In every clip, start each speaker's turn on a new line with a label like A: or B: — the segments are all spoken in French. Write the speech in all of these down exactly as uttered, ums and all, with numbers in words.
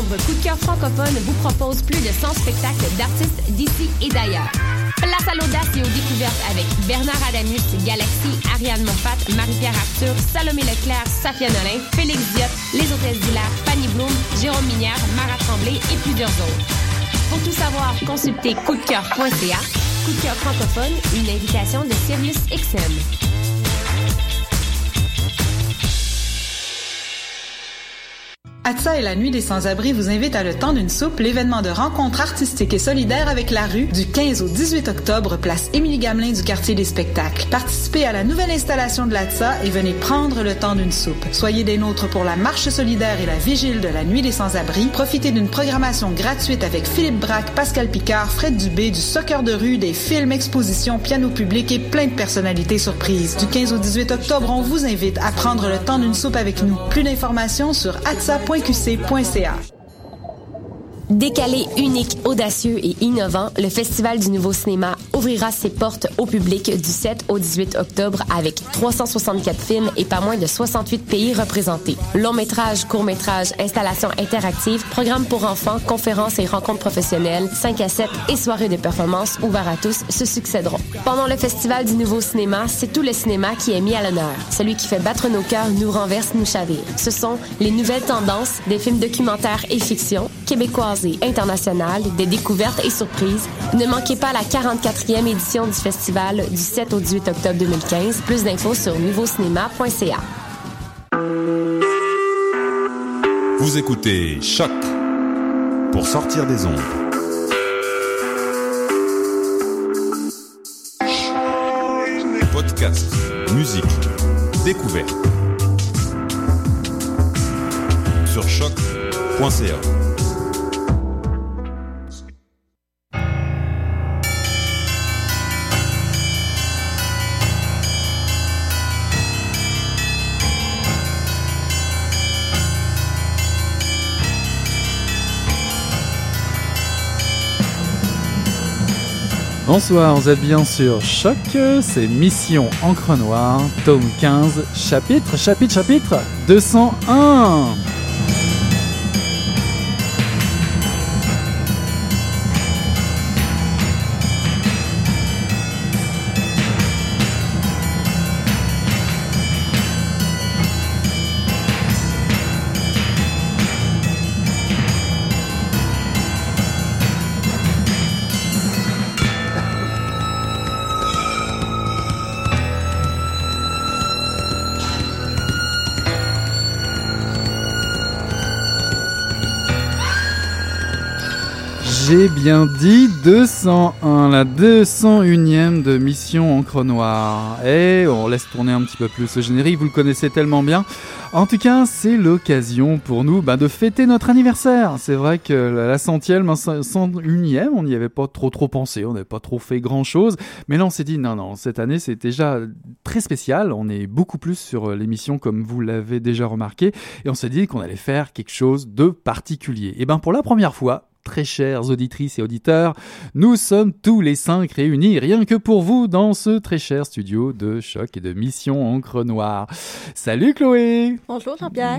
A: septembre, Coup de cœur francophone vous propose plus de cent spectacles d'artistes d'ici et d'ailleurs. Place à l'audace et aux découvertes avec Bernard Adamus, Galaxy, Ariane Moffat, Marie-Pierre Arthur, Salomé Leclerc, Safia Nolin, Félix Diot, Les Hôtesses d'Hilaire, Fanny Bloom, Jérôme Minière, Mara Tremblay et plusieurs autres. Pour tout savoir, consultez coup de cœur point c a. Coup de cœur francophone, une invitation de Sirius X M.
B: A T S A et la Nuit des Sans-Abri vous invitent à Le Temps d'une soupe, l'événement de rencontre artistique et solidaire avec la rue, du quinze au dix-huit octobre, place Émilie-Gamelin du quartier des spectacles. Participez à la nouvelle installation de l'A T S A et venez prendre le temps d'une soupe. Soyez des nôtres pour la marche solidaire et la vigile de la Nuit des Sans-Abri. Profitez d'une programmation gratuite avec Philippe Braque, Pascal Picard, Fred Dubé, du soccer de rue, des films, expositions, piano public et plein de personnalités surprises. Du quinze au dix-huit octobre, on vous invite à prendre le temps d'une soupe avec nous. Plus d'informations sur a t s a point q c point c a.
A: Décalé, unique, audacieux et innovant, le Festival du Nouveau Cinéma ouvrira ses portes au public du sept au dix-huit octobre avec trois cent soixante-quatre films et pas moins de soixante-huit pays représentés. Longs métrages, courts métrages, installations interactives, programmes pour enfants, conférences et rencontres professionnelles, cinq à sept et soirées de performances ouvertes à tous se succéderont. Pendant le Festival du Nouveau Cinéma, c'est tout le cinéma qui est mis à l'honneur. Celui qui fait battre nos cœurs, nous renverse, nous chavire. Ce sont les nouvelles tendances, des films documentaires et fiction, québécois et internationales, des découvertes et surprises. Ne manquez pas la quarante-quatrième édition du festival du sept au dix-huit octobre deux mille quinze. Plus d'infos sur nouveau cinéma point c a.
C: Vous écoutez Choc pour sortir des ondes. Podcast, musique, découverte. Sur choc point c a.
D: Bonsoir, vous êtes bien sur Choc, c'est Mission Encre Noire, tome quinze, chapitre, chapitre, chapitre deux cent un. J'ai bien dit deux cent un, la deux cent unième de Mission Encre Noire. Et on laisse tourner un petit peu plus le générique, vous le connaissez tellement bien. En tout cas, c'est l'occasion pour nous bah, de fêter notre anniversaire. C'est vrai que la centième, cent unième, on n'y avait pas trop trop pensé, on n'avait pas trop fait grand chose. Mais là, on s'est dit, non, non, cette année, c'est déjà très spécial. On est beaucoup plus sur l'émission, comme vous l'avez déjà remarqué. Et on s'est dit qu'on allait faire quelque chose de particulier. Et bien, pour la première fois, très chères auditrices et auditeurs, nous sommes tous les cinq réunis, rien que pour vous, dans ce très cher studio de Choc et de Mission Encre Noire. Salut Chloé!
E: Bonjour Jean-Pierre!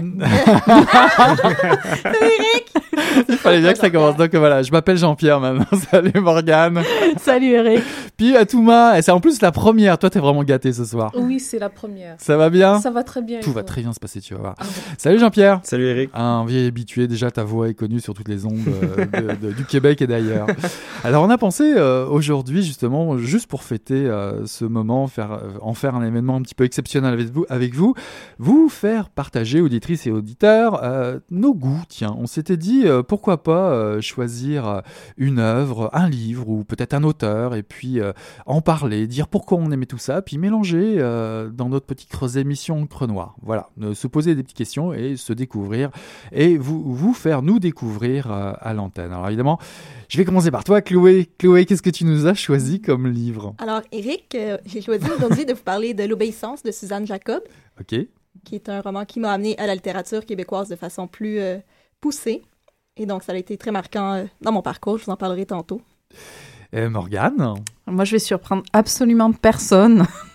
D: Salut Eric! Il fallait bien que ça commence, donc voilà, je m'appelle Jean-Pierre maintenant. Salut Morgane!
E: Salut Eric!
D: Puis Atouma, c'est en plus la première, toi t'es vraiment gâté ce soir.
E: Oui, c'est la première.
D: Ça va bien?
E: Ça va très bien.
D: Tout va très bien se passer, tu vas voir. Ah, ouais. Salut Jean-Pierre!
F: Salut Eric!
D: Un vieil habitué, déjà ta voix est connue sur toutes les ondes euh, de, de, du Québec et d'ailleurs. Alors on a pensé euh, aujourd'hui justement, juste pour fêter euh, ce moment, faire, euh, en faire un événement un petit peu exceptionnel avec vous, avec vous, vous faire partager, auditrices et auditeurs, euh, nos goûts. Tiens, on s'était dit euh, pourquoi pas euh, choisir une œuvre, un livre ou peut-être un auteur et puis euh, en parler, dire pourquoi on aimait tout ça, puis mélanger euh, dans notre petit creuset Mission Encre Noire. Voilà, euh, se poser des petites questions et se découvrir et vous, vous faire nous découvrir euh, à l'antenne. Alors évidemment, je vais commencer par toi, Chloé. Chloé, qu'est-ce que tu nous as choisi comme livre?
E: Alors, Eric, euh, j'ai choisi aujourd'hui de vous parler de L'Obéissance de Suzanne Jacob.
D: OK.
E: Qui est un roman qui m'a amené à la littérature québécoise de façon plus euh, poussée. Et donc, ça a été très marquant euh, dans mon parcours. Je vous en parlerai tantôt.
D: Et Morgane?
G: Moi, je vais surprendre absolument personne.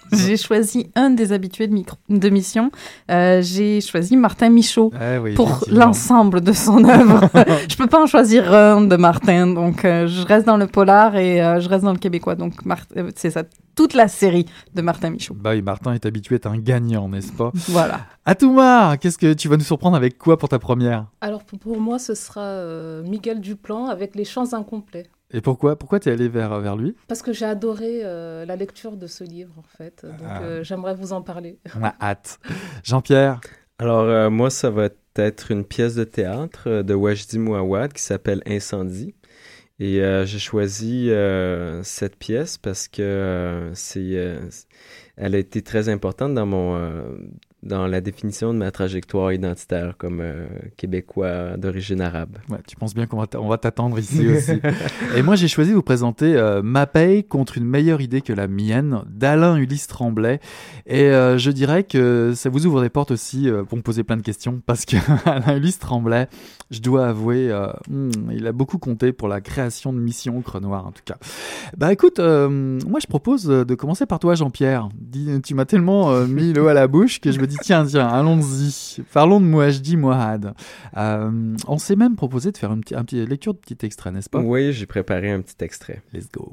F: J'ai choisi un des habitués de, micro- de Mission. Euh, j'ai choisi Martin Michaud
D: Eh oui,
F: pour l'ensemble de son œuvre. Je peux pas en choisir un de Martin, donc euh, je reste dans le polar et euh, je reste dans le québécois. Donc Mar- euh, c'est ça, toute la série de Martin Michaud.
D: Bah oui, Martin est habitué à être un gagnant, n'est-ce pas?
F: Voilà.
D: Atoumar, qu'est-ce que tu vas nous surprendre avec quoi pour ta première?
G: Alors pour, pour moi, ce sera euh, Miguel Duplan avec Les Chants incomplets.
D: Et pourquoi pourquoi t'es allé vers, vers lui?
G: Parce que j'ai adoré euh, la lecture de ce livre, en fait. Donc
D: Ah.
G: euh, j'aimerais vous en parler.
D: On a hâte. Jean-Pierre?
H: Alors, euh, moi, ça va être une pièce de théâtre euh, de Wajdi Mouawad qui s'appelle Incendie. Et euh, j'ai choisi euh, cette pièce parce que euh, c'est, euh, elle a été très importante dans mon, euh, dans la définition de ma trajectoire identitaire comme euh, Québécois d'origine arabe.
D: Ouais, tu penses bien qu'on va, t- on va t'attendre ici aussi. Et moi, j'ai choisi de vous présenter euh, Ma paye contre une meilleure idée que la mienne d'Alain Ulysse Tremblay. Et euh, je dirais que ça vous ouvre des portes aussi euh, pour me poser plein de questions parce que Alain Ulysse Tremblay, je dois avouer, euh, hmm, il a beaucoup compté pour la création de Mission Encre Noire en tout cas. Bah écoute, euh, moi je propose de commencer par toi Jean-Pierre. Dis, tu m'as tellement euh, mis l'eau à la bouche que je me dis tiens, tiens, allons-y. Parlons de Wajdi Mouawad. Euh, on s'est même proposé de faire une, petite, une petite lecture de petit extrait, n'est-ce pas?
H: Oui, j'ai préparé un petit extrait.
D: Let's go.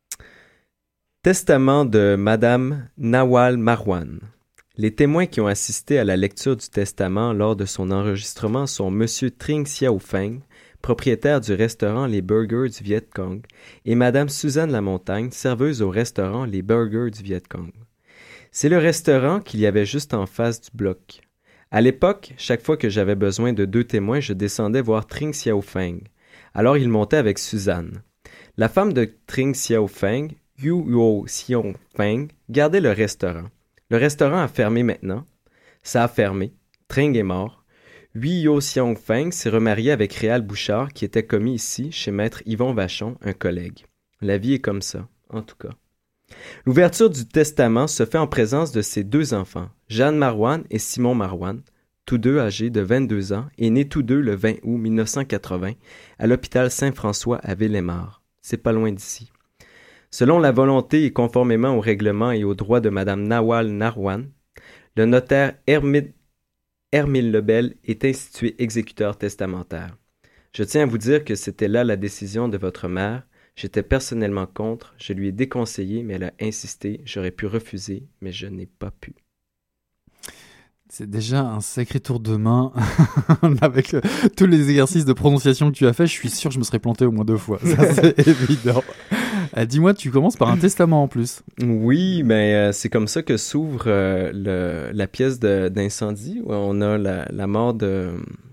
H: Testament de Madame Nawal Marwan. Les témoins qui ont assisté à la lecture du testament lors de son enregistrement sont Monsieur Trinh Xiao Feng, propriétaire du restaurant Les Burgers du Viet Cong, et Madame Suzanne Lamontagne, serveuse au restaurant Les Burgers du Viet Cong. C'est le restaurant qu'il y avait juste en face du bloc. À l'époque, chaque fois que j'avais besoin de deux témoins, je descendais voir Trinh Xiao Feng. Alors il montait avec Suzanne. La femme de Trinh Xiao Feng, Yu Yo Xiong Feng, gardait le restaurant. Le restaurant a fermé maintenant. Ça a fermé. Tring est mort. Yu Yo Xiong Feng s'est remarié avec Réal Bouchard, qui était commis ici, chez Maître Yvon Vachon, un collègue. La vie est comme ça, en tout cas. L'ouverture du testament se fait en présence de ses deux enfants, Jeanne Marouane et Simon Marouane, tous deux âgés de vingt-deux ans et nés tous deux le vingt août mille neuf cent quatre-vingts à l'hôpital Saint-François à Villemare. C'est pas loin d'ici. Selon la volonté et conformément au règlement et aux droits de Madame Nawal Marwan, le notaire Hermile, Hermile Lebel est institué exécuteur testamentaire. Je tiens à vous dire que c'était là la décision de votre mère. J'étais personnellement contre, je lui ai déconseillé, mais elle a insisté. J'aurais pu refuser, mais je n'ai pas pu.
D: C'est déjà un sacré tour de main avec le, tous les exercices de prononciation que tu as fait. Je suis sûr que je me serais planté au moins deux fois. Ça, c'est évident. Euh, dis-moi, tu commences par un testament en plus.
H: Oui, ben euh, c'est comme ça que s'ouvre euh, le, la pièce de, d'incendie où on a la, la mort de,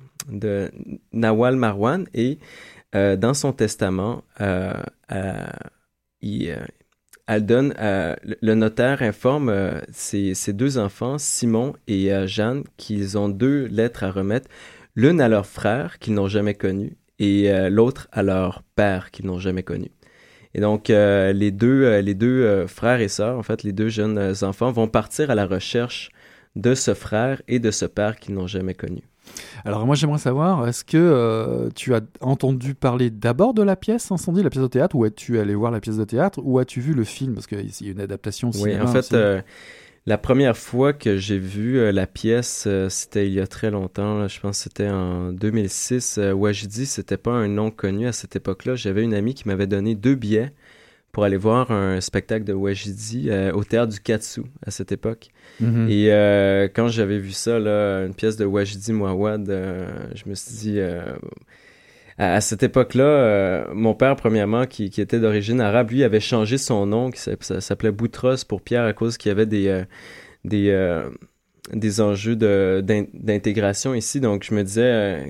H: de Nawal Marwan et euh, dans son testament, euh, euh, il... Euh, Elle donne, euh, le notaire informe euh, ses, ses deux enfants, Simon et euh, Jeanne, qu'ils ont deux lettres à remettre, l'une à leur frère qu'ils n'ont jamais connu et euh, l'autre à leur père qu'ils n'ont jamais connu. Et donc, euh, les deux, euh, les deux euh, frères et sœurs, en fait, les deux jeunes euh, enfants vont partir à la recherche de ce frère et de ce père qu'ils n'ont jamais connu.
D: Alors moi j'aimerais savoir, est-ce que euh, tu as entendu parler d'abord de la pièce Incendie, la pièce de théâtre, ou es-tu allé voir la pièce de théâtre, ou as-tu vu le film? Parce qu'il y a une adaptation au
H: oui,
D: cinéma.
H: En fait,
D: aussi.
H: Euh, la première fois que j'ai vu euh, la pièce, euh, c'était il y a très longtemps, là, je pense que c'était en deux mille six. Euh, Wajdi, c'était pas un nom connu à cette époque-là. J'avais une amie qui m'avait donné deux billets pour aller voir un spectacle de Wajdi euh, au théâtre du Katsu à cette époque. Mm-hmm. Et euh, quand j'avais vu ça, là, une pièce de Wajdi Mouawad, euh, je me suis dit... Euh, à, à cette époque-là, euh, mon père, premièrement, qui, qui était d'origine arabe, lui avait changé son nom, qui s'appelait Boutros pour Pierre à cause qu'il y avait des, euh, des, euh, des enjeux de, d'in, d'intégration ici. Donc, je me disais... Euh,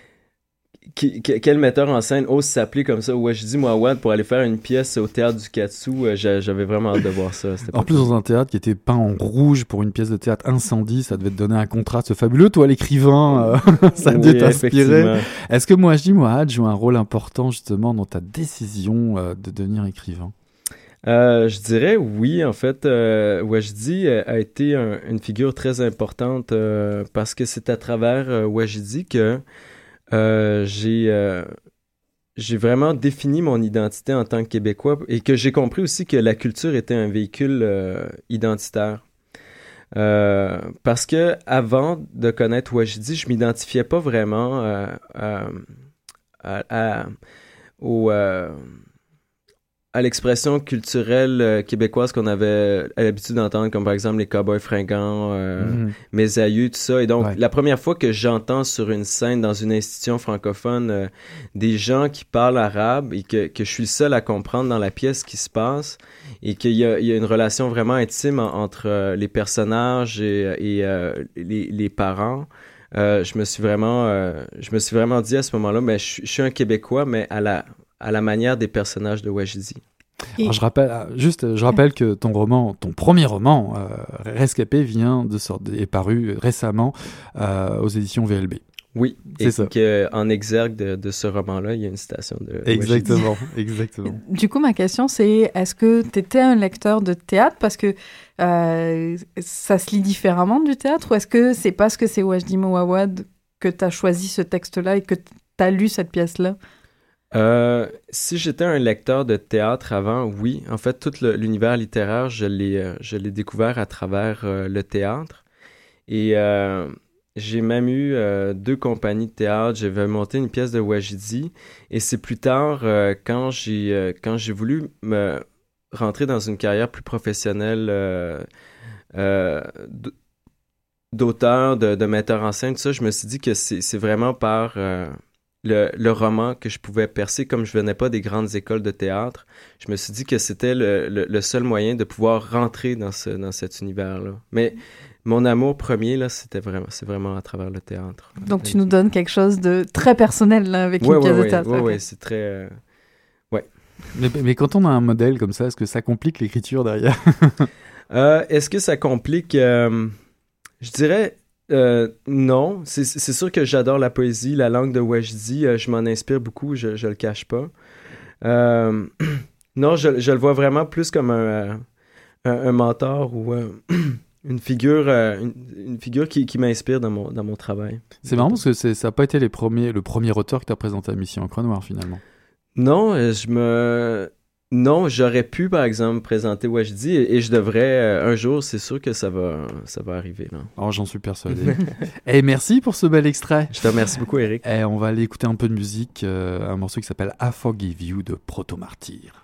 H: Qui, quel metteur en scène ose s'appeler comme ça, Wajdi Mouawad, pour aller faire une pièce au théâtre du Katsu? J'avais vraiment hâte de voir ça.
D: En plus, dans un théâtre qui était peint en rouge pour une pièce de théâtre Incendie, ça devait te donner un contraste fabuleux. Toi, l'écrivain, euh, ça a dû t'inspirer. Est-ce que Wajdi Mouawad joue un rôle important justement dans ta décision euh, de devenir écrivain?
H: Euh, je dirais oui. En fait, euh, Wajdi a été un, une figure très importante euh, parce que c'est à travers euh, Wajdi que Euh, j'ai euh, j'ai vraiment défini mon identité en tant que Québécois et que j'ai compris aussi que la culture était un véhicule euh, identitaire. Euh, parce que avant de connaître Wajdi, je m'identifiais pas vraiment euh, euh, à, à, au, euh, à l'expression culturelle euh, québécoise qu'on avait l'habitude d'entendre, comme par exemple les Cowboys fringants, euh, mm-hmm. mes aïeux, tout ça. Et donc, ouais. la première fois que j'entends sur une scène dans une institution francophone euh, des gens qui parlent arabe et que, que je suis le seul à comprendre dans la pièce ce qui se passe et qu'il y a, il y a une relation vraiment intime en, entre euh, les personnages et, et euh, les, les parents, euh, je me suis vraiment, euh, je me suis vraiment dit à ce moment-là, mais je, je suis un Québécois, mais à la à la manière des personnages de Wajdi.
D: Alors, je rappelle, juste, je rappelle que ton roman, ton premier roman, euh, Rescapé, vient de sortir, est paru récemment euh, aux éditions V L B.
H: Oui, c'est et ça. Qu'en exergue de, de ce roman-là, il y a une citation de
D: Exactement, exactement.
F: Du coup, ma question, c'est est-ce que tu étais un lecteur de théâtre parce que euh, ça se lit différemment du théâtre ou est-ce que c'est parce que c'est Wajdi Mouawad que tu as choisi ce texte-là et que tu as lu cette pièce-là?
H: Euh, si j'étais un lecteur de théâtre avant, oui. En fait, tout le, l'univers littéraire, je l'ai, euh, je l'ai découvert à travers euh, le théâtre. Et euh, j'ai même eu euh, deux compagnies de théâtre. J'avais monté une pièce de Wajdi. Et c'est plus tard, euh, quand j'ai euh, quand j'ai voulu me rentrer dans une carrière plus professionnelle euh, euh, d'auteur, de, de metteur en scène, tout ça, je me suis dit que c'est, c'est vraiment par... Euh, Le, le roman que je pouvais percer, comme je venais pas des grandes écoles de théâtre, je me suis dit que c'était le, le, le seul moyen de pouvoir rentrer dans, ce, dans cet univers-là. Mais mon amour premier, là, c'était vraiment, c'est vraiment à travers le théâtre.
F: Donc tu nous donnes quelque chose de très personnel là, avec
H: ouais,
F: une pièce
H: ouais,
F: de
H: ouais,
F: théâtre.
H: Oui,
F: okay.
H: oui, c'est très... Euh... Ouais.
D: Mais, mais quand on a un modèle comme ça, est-ce que ça complique l'écriture derrière?
H: euh, Est-ce que ça complique... Euh... Je dirais... Euh, non, c'est, c'est sûr que j'adore la poésie, la langue de Wajdi, euh, je m'en inspire beaucoup, je, je le cache pas. Euh, non, je, je le vois vraiment plus comme un, un, un mentor ou euh, une figure, euh, une, une figure qui, qui m'inspire dans mon, dans mon travail.
D: C'est marrant parce que c'est, ça n'a pas été les premiers, le premier auteur que tu as présenté à Mission Encre Noire finalement.
H: Non, je me... Non, j'aurais pu, par exemple, présenter Wajdi et, et je devrais, euh, un jour, c'est sûr que ça va, ça va arriver. Là.
D: Oh, j'en suis persuadé. Et merci pour ce bel extrait.
H: Je te remercie beaucoup, Eric.
D: Et on va aller écouter un peu de musique, euh, un morceau qui s'appelle I Forgive You de Proto Martyr.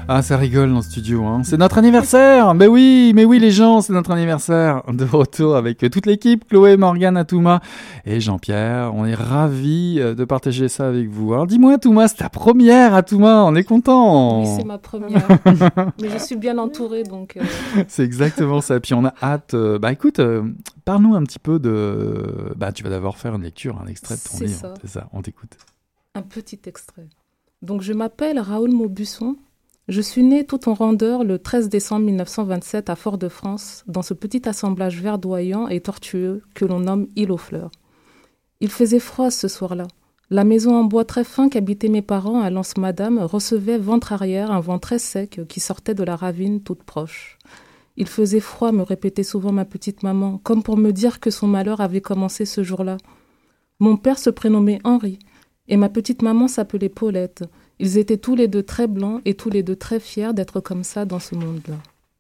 D: Ah, ça rigole dans le studio, hein. C'est notre anniversaire. Mais oui, mais oui, les gens, c'est notre anniversaire. De retour avec toute l'équipe, Chloé, Morgane, Atouma et Jean-Pierre. On est ravis de partager ça avec vous. Alors, dis-moi, Atouma, c'est ta première, Atouma. On est content.
G: Oui, c'est ma première. Mais je suis bien entourée, donc. Euh...
D: C'est exactement ça. Puis on a hâte. Euh, bah, écoute, euh, parle-nous un petit peu de. Bah, tu vas d'abord faire une lecture, un extrait de ton
G: c'est
D: livre.
G: Ça.
D: C'est ça. On t'écoute.
G: Un petit extrait. Donc, je m'appelle Raoul Maubuisson. Je suis né tout en rondeur le treize décembre mille neuf cent vingt-sept à Fort-de-France, dans ce petit assemblage verdoyant et tortueux que l'on nomme Île aux Fleurs. Il faisait froid ce soir-là. La maison en bois très fin qu'habitaient mes parents à Lens-Madame recevait ventre arrière un vent très sec qui sortait de la ravine toute proche. Il faisait froid, me répétait souvent ma petite maman, comme pour me dire que son malheur avait commencé ce jour-là. Mon père se prénommait Henri, et ma petite maman s'appelait Paulette. Ils étaient tous les deux très blancs et tous les deux très fiers d'être comme ça dans ce monde-là.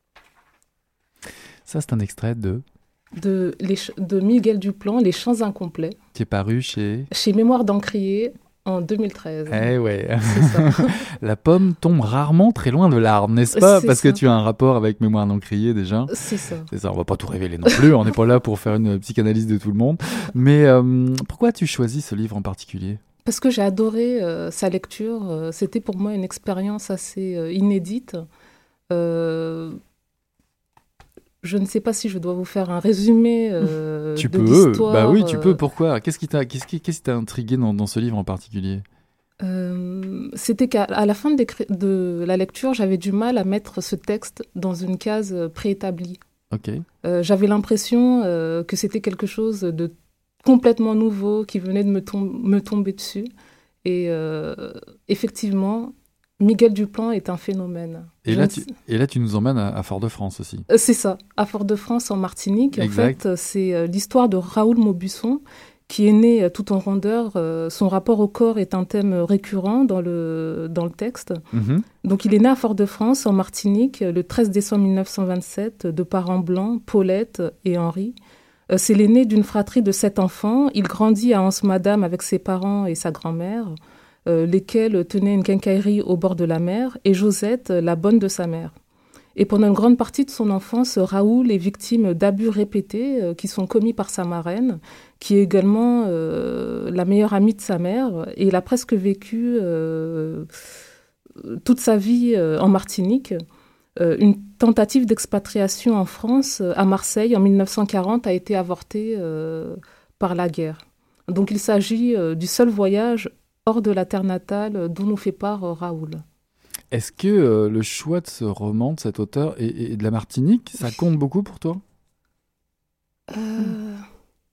D: Ça, c'est un extrait de...
G: De, les, de Miguel Duplan, Les Chants Incomplets.
D: Qui est paru chez...
G: Chez Mémoire d'Encrier en deux mille treize.
D: Eh ouais. C'est ça. La pomme tombe rarement très loin de l'arbre, n'est-ce pas?
G: C'est
D: Parce
G: ça.
D: que tu as un rapport avec Mémoire d'Encrier déjà.
G: C'est ça.
D: C'est ça, on va pas tout révéler non plus. On n'est pas là pour faire une psychanalyse de tout le monde. Mais euh, pourquoi as-tu choisi ce livre en particulier?
G: Parce que j'ai adoré euh, sa lecture. Euh, c'était pour moi une expérience assez euh, inédite. Euh, je ne sais pas si je dois vous faire un résumé euh,
D: tu
G: de
D: peux.
G: l'histoire.
D: Bah oui, tu
G: euh,
D: peux. Pourquoi? Qu'est-ce qui t'a, qu'est-ce qui, qu'est-ce qui t'a intrigué dans, dans ce livre en particulier?
G: euh, C'était qu'à à la fin de, de la lecture, j'avais du mal à mettre ce texte dans une case préétablie.
D: Ok.
G: Euh, j'avais l'impression euh, que c'était quelque chose de complètement nouveau qui venait de me, tom- me tomber dessus. Et euh, effectivement, Miguel Duplan est un phénomène.
D: Et
G: Je
D: là,
G: ne
D: tu,
G: sais-
D: et là, tu nous emmènes à, à Fort-de-France aussi.
G: Euh, C'est ça, à Fort-de-France, en Martinique.
D: Exact.
G: En fait, c'est euh, l'histoire de Raoul Maubuisson, qui est né euh, tout en rondeur. Euh, son rapport au corps est un thème récurrent dans le, dans le texte.
D: Mhm.
G: Donc, il est né à Fort-de-France, en Martinique, le treize décembre mille neuf cent vingt-sept, de parents blancs, Paulette et Henri. Euh, c'est l'aîné d'une fratrie de sept enfants. Il grandit à Anse-Madame avec ses parents et sa grand-mère, euh, lesquels tenaient une quincaillerie au bord de la mer, et Josette, la bonne de sa mère. Et pendant une grande partie de son enfance, Raoul est victime d'abus répétés euh, qui sont commis par sa marraine, qui est également euh, la meilleure amie de sa mère. Et il a presque vécu euh, toute sa vie euh, en Martinique. Euh, une tentative d'expatriation en France, euh, à Marseille, en mille neuf cent quarante, a été avortée euh, par la guerre. Donc il s'agit euh, du seul voyage hors de la terre natale euh, dont nous fait part euh, Raoul.
D: Est-ce que euh, le choix de ce roman, de cet auteur, et, et de la Martinique, ça compte beaucoup pour toi?
G: Euh...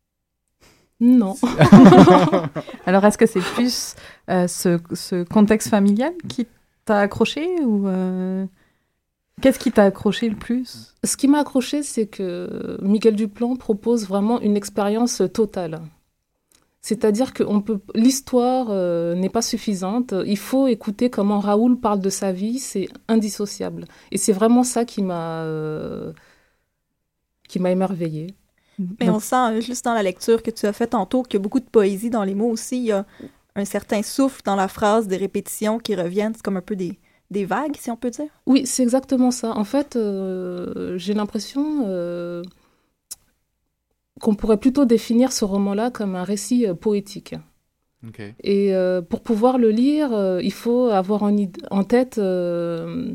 G: Non.
F: Alors, est-ce que c'est plus euh, ce, ce contexte familial qui t'a accroché ou euh, qu'est-ce qui t'a accroché le plus?
G: Ce qui m'a accroché, c'est que Miguel Duplan propose vraiment une expérience totale. C'est-à-dire que on peut, l'histoire euh, n'est pas suffisante. Il faut écouter comment Raoul parle de sa vie, c'est indissociable. Et c'est vraiment ça qui m'a, euh, qui m'a émerveillée.
E: Mais on sent euh, juste dans la lecture que tu as fait tantôt qu'il y a beaucoup de poésie dans les mots aussi. Il y a un certain souffle dans la phrase, des répétitions qui reviennent. C'est comme un peu des, des vagues, si on peut dire.
G: Oui, c'est exactement ça. En fait, euh, j'ai l'impression euh, qu'on pourrait plutôt définir ce roman-là comme un récit euh, poétique.
D: Okay.
G: Et euh, pour pouvoir le lire, euh, il faut avoir en, id- en tête euh,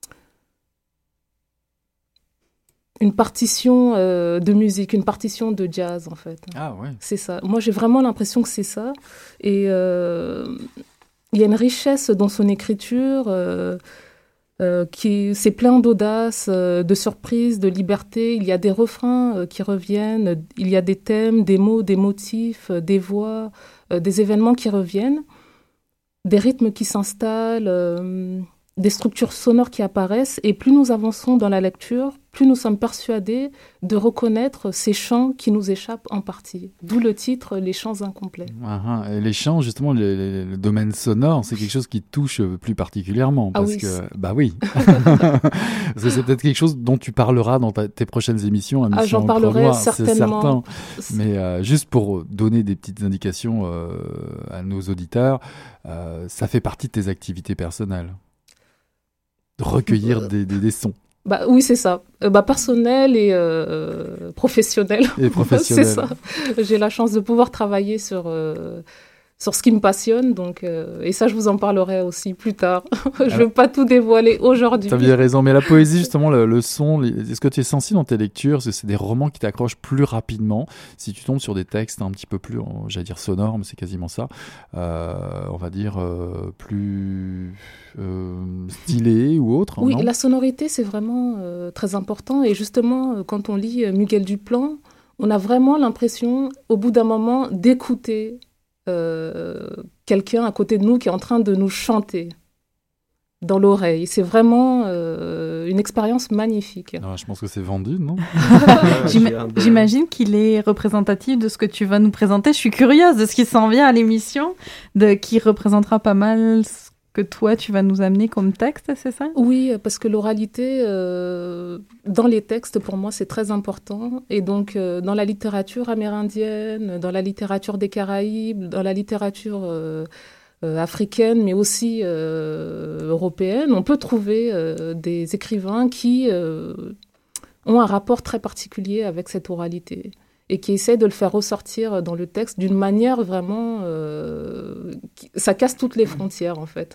G: une partition euh, de musique, une partition de jazz, en fait.
D: Ah ouais.
G: C'est ça. Moi, j'ai vraiment l'impression que c'est ça. Et euh, il y a une richesse dans son écriture euh, euh, qui c'est plein d'audace, euh, de surprise, de liberté. Il y a des refrains euh, qui reviennent, il y a des thèmes, des mots, des motifs, euh, des voix, euh, des événements qui reviennent, des rythmes qui s'installent, euh, des structures sonores qui apparaissent. Et plus nous avançons dans la lecture, plus nous sommes persuadés de reconnaître ces chants qui nous échappent en partie. D'où le titre « Les chants incomplets ».
D: Ah, ah. Et les chants, justement, le, le, le domaine sonore, c'est quelque chose qui te touche plus particulièrement. Parce
G: ah oui,
D: que,
G: c'est...
D: bah oui. Parce que c'est peut-être quelque chose dont tu parleras dans ta, tes prochaines émissions. À
G: ah, j'en parlerai
D: Noir,
G: certainement.
D: C'est certain. Mais euh, juste pour donner des petites indications euh, à nos auditeurs, euh, ça fait partie de tes activités personnelles. de recueillir
G: Euh,
D: des, des, des sons.
G: Bah, oui, c'est ça. Euh, bah, personnel et euh, professionnel.
D: Et professionnel.
G: C'est ça. J'ai la chance de pouvoir travailler sur, euh, sur ce qui me passionne. Donc, euh, et ça, je vous en parlerai aussi plus tard. Je ne veux pas tout dévoiler aujourd'hui.
D: Tu as bien raison. Mais la poésie, justement, le, le son, les... est-ce que tu es sensible dans tes lectures? Parce que c'est des romans qui t'accrochent plus rapidement. Si tu tombes sur des textes un petit peu plus, j'allais dire sonores, mais c'est quasiment ça, euh, on va dire euh, plus euh, stylés ou autres.
G: Oui,
D: non
G: la sonorité, c'est vraiment euh, très important. Et justement, euh, quand on lit euh, Miguel Duplan, on a vraiment l'impression, au bout d'un moment, d'écouter euh, quelqu'un à côté de nous qui est en train de nous chanter dans l'oreille. C'est vraiment euh, une expérience magnifique.
D: Non, je pense que c'est vendu, non?
F: J'ima- J'imagine qu'il est représentatif de ce que tu vas nous présenter. Je suis curieuse de ce qui s'en vient à l'émission, de qui représentera pas mal ce que toi, tu vas nous amener comme texte, c'est ça?
G: Oui, parce que l'oralité, euh, dans les textes, pour moi, c'est très important. Et donc, euh, dans la littérature amérindienne, dans la littérature des Caraïbes, dans la littérature euh, euh, africaine, mais aussi euh, européenne, on peut trouver euh, des écrivains qui euh, ont un rapport très particulier avec cette oralité et qui essaient de le faire ressortir dans le texte d'une manière vraiment... Euh, qui, ça casse toutes les frontières, en fait.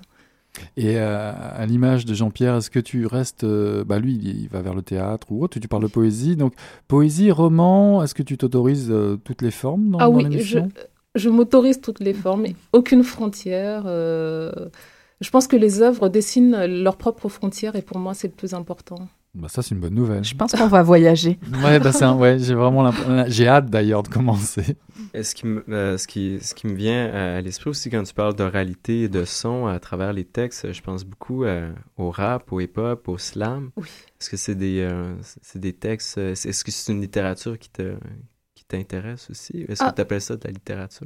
D: Et euh, à l'image de Jean-Pierre, est-ce que tu restes... Euh, bah lui, il, il va vers le théâtre ou autre, tu parles de poésie. Donc, poésie, roman, est-ce que tu t'autorises euh, toutes les formes dans,
G: ah
D: dans
G: oui,
D: l'émission?
G: je, je m'autorise toutes les formes, aucune frontière. Euh, je pense que les œuvres dessinent leurs propres frontières et pour moi, c'est le plus important.
D: Bah ça, c'est une bonne nouvelle.
F: Je pense qu'on va voyager.
D: Ouais, bah c'est un, ouais, j'ai vraiment l'imp- j'ai hâte d'ailleurs de commencer.
H: Et ce, qui me, euh, ce, qui, ce qui me vient à l'esprit aussi quand tu parles d'oralité et de son à travers les textes, je pense beaucoup euh, au rap, au hip-hop, au slam.
G: Oui.
H: Est-ce que c'est des, euh, c'est des textes, euh, est-ce que c'est une littérature qui, te, qui t'intéresse aussi? Est-ce
G: Ah.
H: que tu appelles ça de la littérature?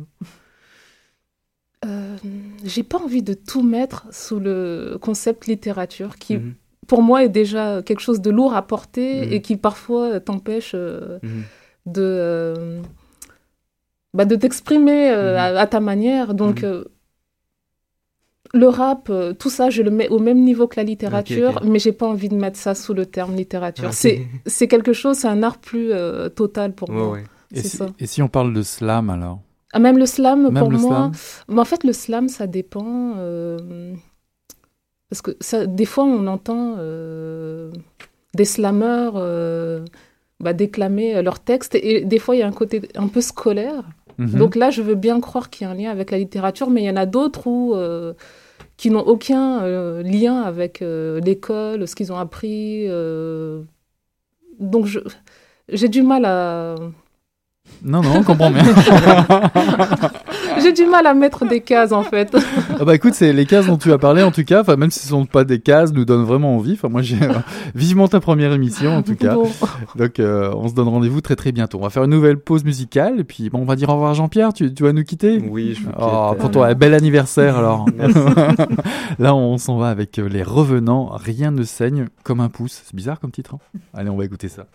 G: Euh, j'ai pas envie de tout mettre sous le concept littérature qui,
H: Mhm.
G: pour moi, est déjà quelque chose de lourd à porter
H: Mhm.
G: et qui parfois t'empêche euh,
H: Mhm.
G: de, euh, bah, de t'exprimer euh,
H: Mhm.
G: à, à ta manière. Donc,
H: Mhm.
G: euh, le rap, euh, tout ça, je le mets au même niveau que la littérature,
H: Ok, ok.
G: mais j'ai pas envie de mettre ça sous le terme littérature.
H: Ok.
G: C'est, c'est quelque chose, c'est un art plus euh, total pour
H: Ouais,
G: moi.
H: ouais.
D: Et
G: C'est
D: si,
G: ça.
D: et si on parle de slam alors?
G: Ah, même le slam,
D: Même
G: pour
D: le
G: moi,
D: slam
G: mais en fait, le slam, ça dépend. euh, Parce que ça, des fois, on entend euh, des slammeurs euh, bah, déclamer leurs textes, et des fois, il y a un côté un peu scolaire.
D: Mhm.
G: Donc là, je veux bien croire qu'il y a un lien avec la littérature, mais il y en a d'autres où, euh, qui n'ont aucun euh, lien avec euh, l'école, ce qu'ils ont appris. euh. Donc, je, j'ai du mal à...
D: Non, non, on comprend bien.
G: J'ai du mal à mettre des cases, en fait.
D: Ah bah écoute, c'est les cases dont tu as parlé en tout cas, enfin même si ce sont pas des cases, nous donnent vraiment envie. Enfin moi j'ai euh, vivement ta première émission en tout cas.
G: Bon.
D: Donc euh, on se donne rendez-vous très très bientôt. On va faire une nouvelle pause musicale et puis bon on va dire au revoir à Jean-Pierre. Tu, tu vas nous quitter?
H: Oui, je vous quitte.
D: Oh, pour
H: Euh,
D: toi, bel anniversaire alors.
H: Merci.
D: Là on s'en va avec euh, les Revenants. Rien ne saigne comme un pouce. C'est bizarre comme titre. Hein. Allez, on va écouter ça.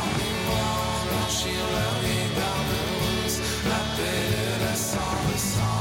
I: Blanchir leur regard de rose, la paix de la sang de sang.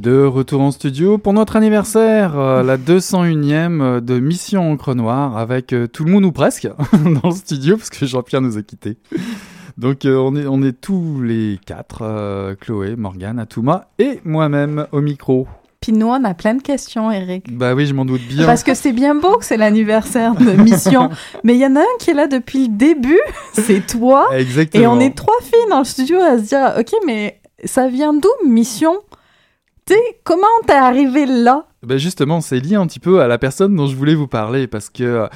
D: De retour en studio pour notre anniversaire, euh, la deux cent unième de Mission Encre Noire, avec euh, tout le monde ou presque dans le studio, parce que Jean-Pierre nous a quittés. Donc euh, on est on est tous les quatre, euh, Chloé, Morgane, Atouma et moi-même au micro.
F: Puis nous, on a plein de questions, Eric.
D: Bah oui, je m'en doute bien.
F: Parce que c'est bien beau que c'est l'anniversaire de Mission, mais il y en a un qui est là depuis le début, c'est toi.
D: Exactement.
F: Et on est trois filles dans le studio à se dire, ok, mais ça vient d'où, Mission? Tu sais, comment t'es arrivé là?
D: Ben justement, c'est lié un petit peu à la personne dont je voulais vous parler, parce que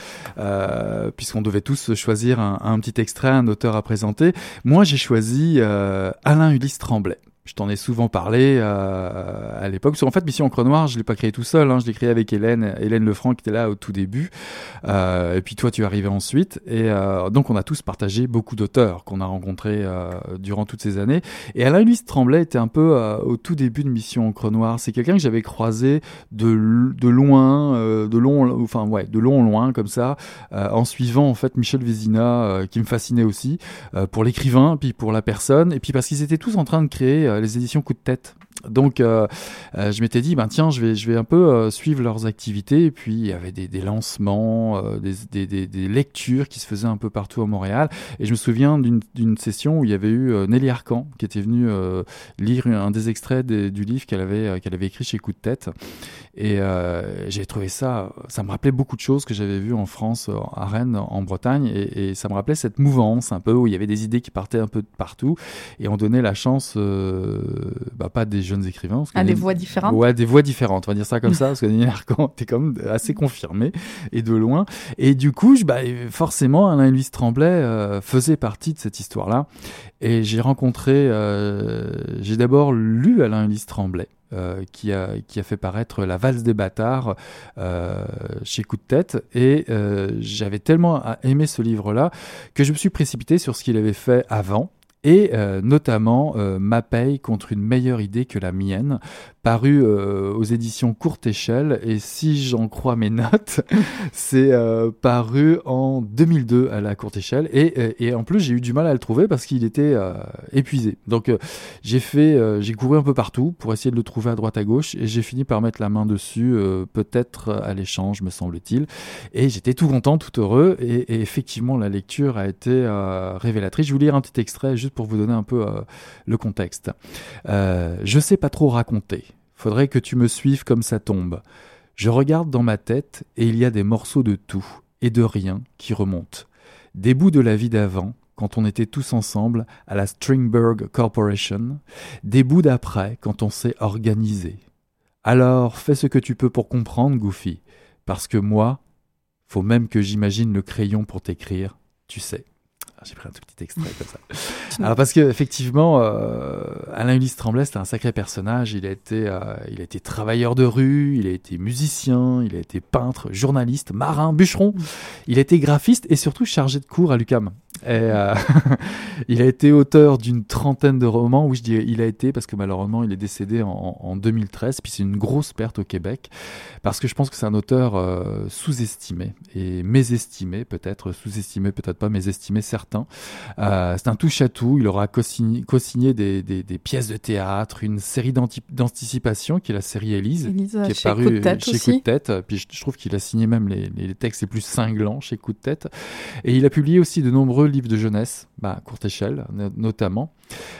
D: euh, puisqu'on devait tous choisir un, un petit extrait, un auteur à présenter, moi j'ai choisi euh, Alain Ulysse Tremblay. Je t'en ai souvent parlé euh, à l'époque. Parce qu'en fait, Mission Encre Noire, je ne l'ai pas créé tout seul. Hein. Je l'ai créé avec Hélène, Hélène Lefranc qui était là au tout début. Euh, et puis toi, tu es arrivé ensuite. Et euh, donc, on a tous partagé beaucoup d'auteurs qu'on a rencontrés euh, durant toutes ces années. Et Alain Ulysse Tremblay était un peu euh, au tout début de Mission Encre Noire. C'est quelqu'un que j'avais croisé de, de loin, euh, de long, enfin ouais, de long en loin comme ça, euh, en suivant en fait Michel Vézina, euh, qui me fascinait aussi euh, pour l'écrivain, puis pour la personne, et puis parce qu'ils étaient tous en train de créer euh, les éditions Coup de Tête. Donc euh, euh, je m'étais dit ben tiens je vais je vais un peu euh, suivre leurs activités, et puis il y avait des, des lancements, euh, des, des, des, des lectures qui se faisaient un peu partout à Montréal, et je me souviens d'une, d'une session où il y avait eu euh, Nelly Arcan qui était venue euh, lire un des extraits des, du livre qu'elle avait euh, qu'elle avait écrit chez Coup de Tête, et euh, j'ai trouvé ça, ça me rappelait beaucoup de choses que j'avais vues en France, à Rennes, en Bretagne, et, et ça me rappelait cette mouvance un peu où il y avait des idées qui partaient un peu de partout, et on donnait la chance euh, bah, pas des jeunes écrivains. Parce
F: à des voix différentes.
D: Ouais, des voix différentes, on va dire ça comme ça, parce que Daniel Arcand était quand même assez confirmé, et de loin. Et du coup, je, bah, forcément, Alain Ulysse Tremblay euh, faisait partie de cette histoire-là. Et j'ai rencontré, euh, j'ai d'abord lu Alain Ulysse Tremblay, Euh, qui a qui a fait paraître La Valse des bâtards euh, chez Coup de Tête, et euh, j'avais tellement aimé ce livre-là que je me suis précipité sur ce qu'il avait fait avant, et euh, notamment euh, Ma paye contre une meilleure idée que la mienne, paru euh, aux éditions Courte Échelle, et si j'en crois mes notes, c'est euh, paru en deux mille deux à la Courte Échelle, et, et, et en plus j'ai eu du mal à le trouver parce qu'il était euh, épuisé. Donc euh, j'ai fait, euh, j'ai couru un peu partout pour essayer de le trouver à droite à gauche, et j'ai fini par mettre la main dessus, euh, peut-être à l'échange me semble-t-il, et j'étais tout content, tout heureux, et, et effectivement la lecture a été euh, révélatrice. Je vais vous lire un petit extrait juste pour vous donner un peu euh, le contexte. Euh, je sais pas trop raconter. Faudrait que tu me suives comme ça tombe. Je regarde dans ma tête et il y a des morceaux de tout et de rien qui remontent. Des bouts de la vie d'avant, quand on était tous ensemble à la Stringberg Corporation. Des bouts d'après, quand on s'est organisé. Alors, fais ce que tu peux pour comprendre, Goofy. Parce que moi, faut même que j'imagine le crayon pour t'écrire, tu sais. J'ai pris un tout petit extrait comme ça. Alors parce que effectivement, euh, Alain Ulysse Tremblay, c'était un sacré personnage. Il a été, euh, il a été travailleur de rue, il a été musicien, il a été peintre, journaliste, marin, bûcheron. Il a été graphiste et surtout chargé de cours à l'U Q A M. Et euh, il a été auteur d'une trentaine de romans. Oui, je dis il a été parce que malheureusement il est décédé en, en deux mille treize. Puis c'est une grosse perte au Québec parce que je pense que c'est un auteur euh, sous-estimé et mésestimé, peut-être sous-estimé, peut-être pas, mésestimé certains. Euh, c'est un touche-à-tout. Il aura co-signé, co-signé des, des, des pièces de théâtre, une série d'anti- d'anticipation qui est la série Élise,
F: Élise
D: qui est
F: chez
D: parue
F: Coup de Tête
D: chez
F: aussi.
D: Coup de Tête. Puis je, je trouve qu'il a signé même les, les textes les plus cinglants chez Coup de Tête. Et il a publié aussi de nombreux livres de jeunesse, bah, à courte échelle no- notamment.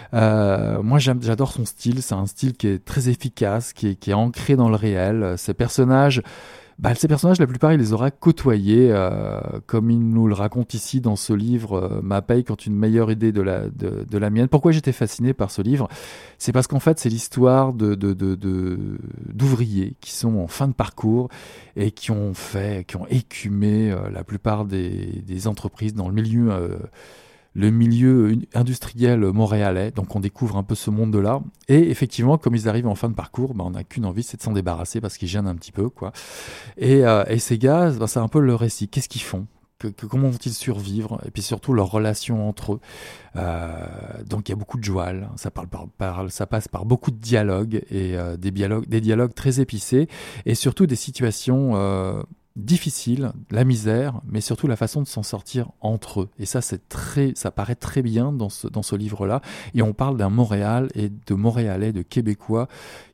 D: Euh, moi j'aime, j'adore son style, c'est un style qui est très efficace, qui est, qui est ancré dans le réel. Ces personnages, bah, ces personnages, la plupart, il les aura côtoyés, euh, comme il nous le raconte ici dans ce livre, euh, Ma paye contre une meilleure idée de la, de, de la mienne. Pourquoi j'étais fasciné par ce livre ? C'est parce qu'en fait, c'est l'histoire de, de, de, de, d'ouvriers qui sont en fin de parcours et qui ont fait, qui ont écumé euh, la plupart des, des entreprises dans le milieu euh, le milieu industriel montréalais, donc on découvre un peu ce monde-là, et effectivement, comme ils arrivent en fin de parcours, bah, on n'a qu'une envie, c'est de s'en débarrasser parce qu'ils gênent un petit peu, quoi. Et, euh, et ces gars, bah, c'est un peu le récit. Qu'est-ce qu'ils font ? Que, que, comment vont-ils survivre ? Et puis surtout, leurs relations entre eux. Euh, donc il y a beaucoup de joual, ça, parle par, par, ça passe par beaucoup de dialogues, et euh, des, dialogues, des dialogues très épicés, et surtout des situations... Euh, difficile, la misère, mais surtout la façon de s'en sortir entre eux. Et ça, c'est très, ça paraît très bien dans ce, dans ce livre-là. Et on parle d'un Montréal et de Montréalais, de Québécois,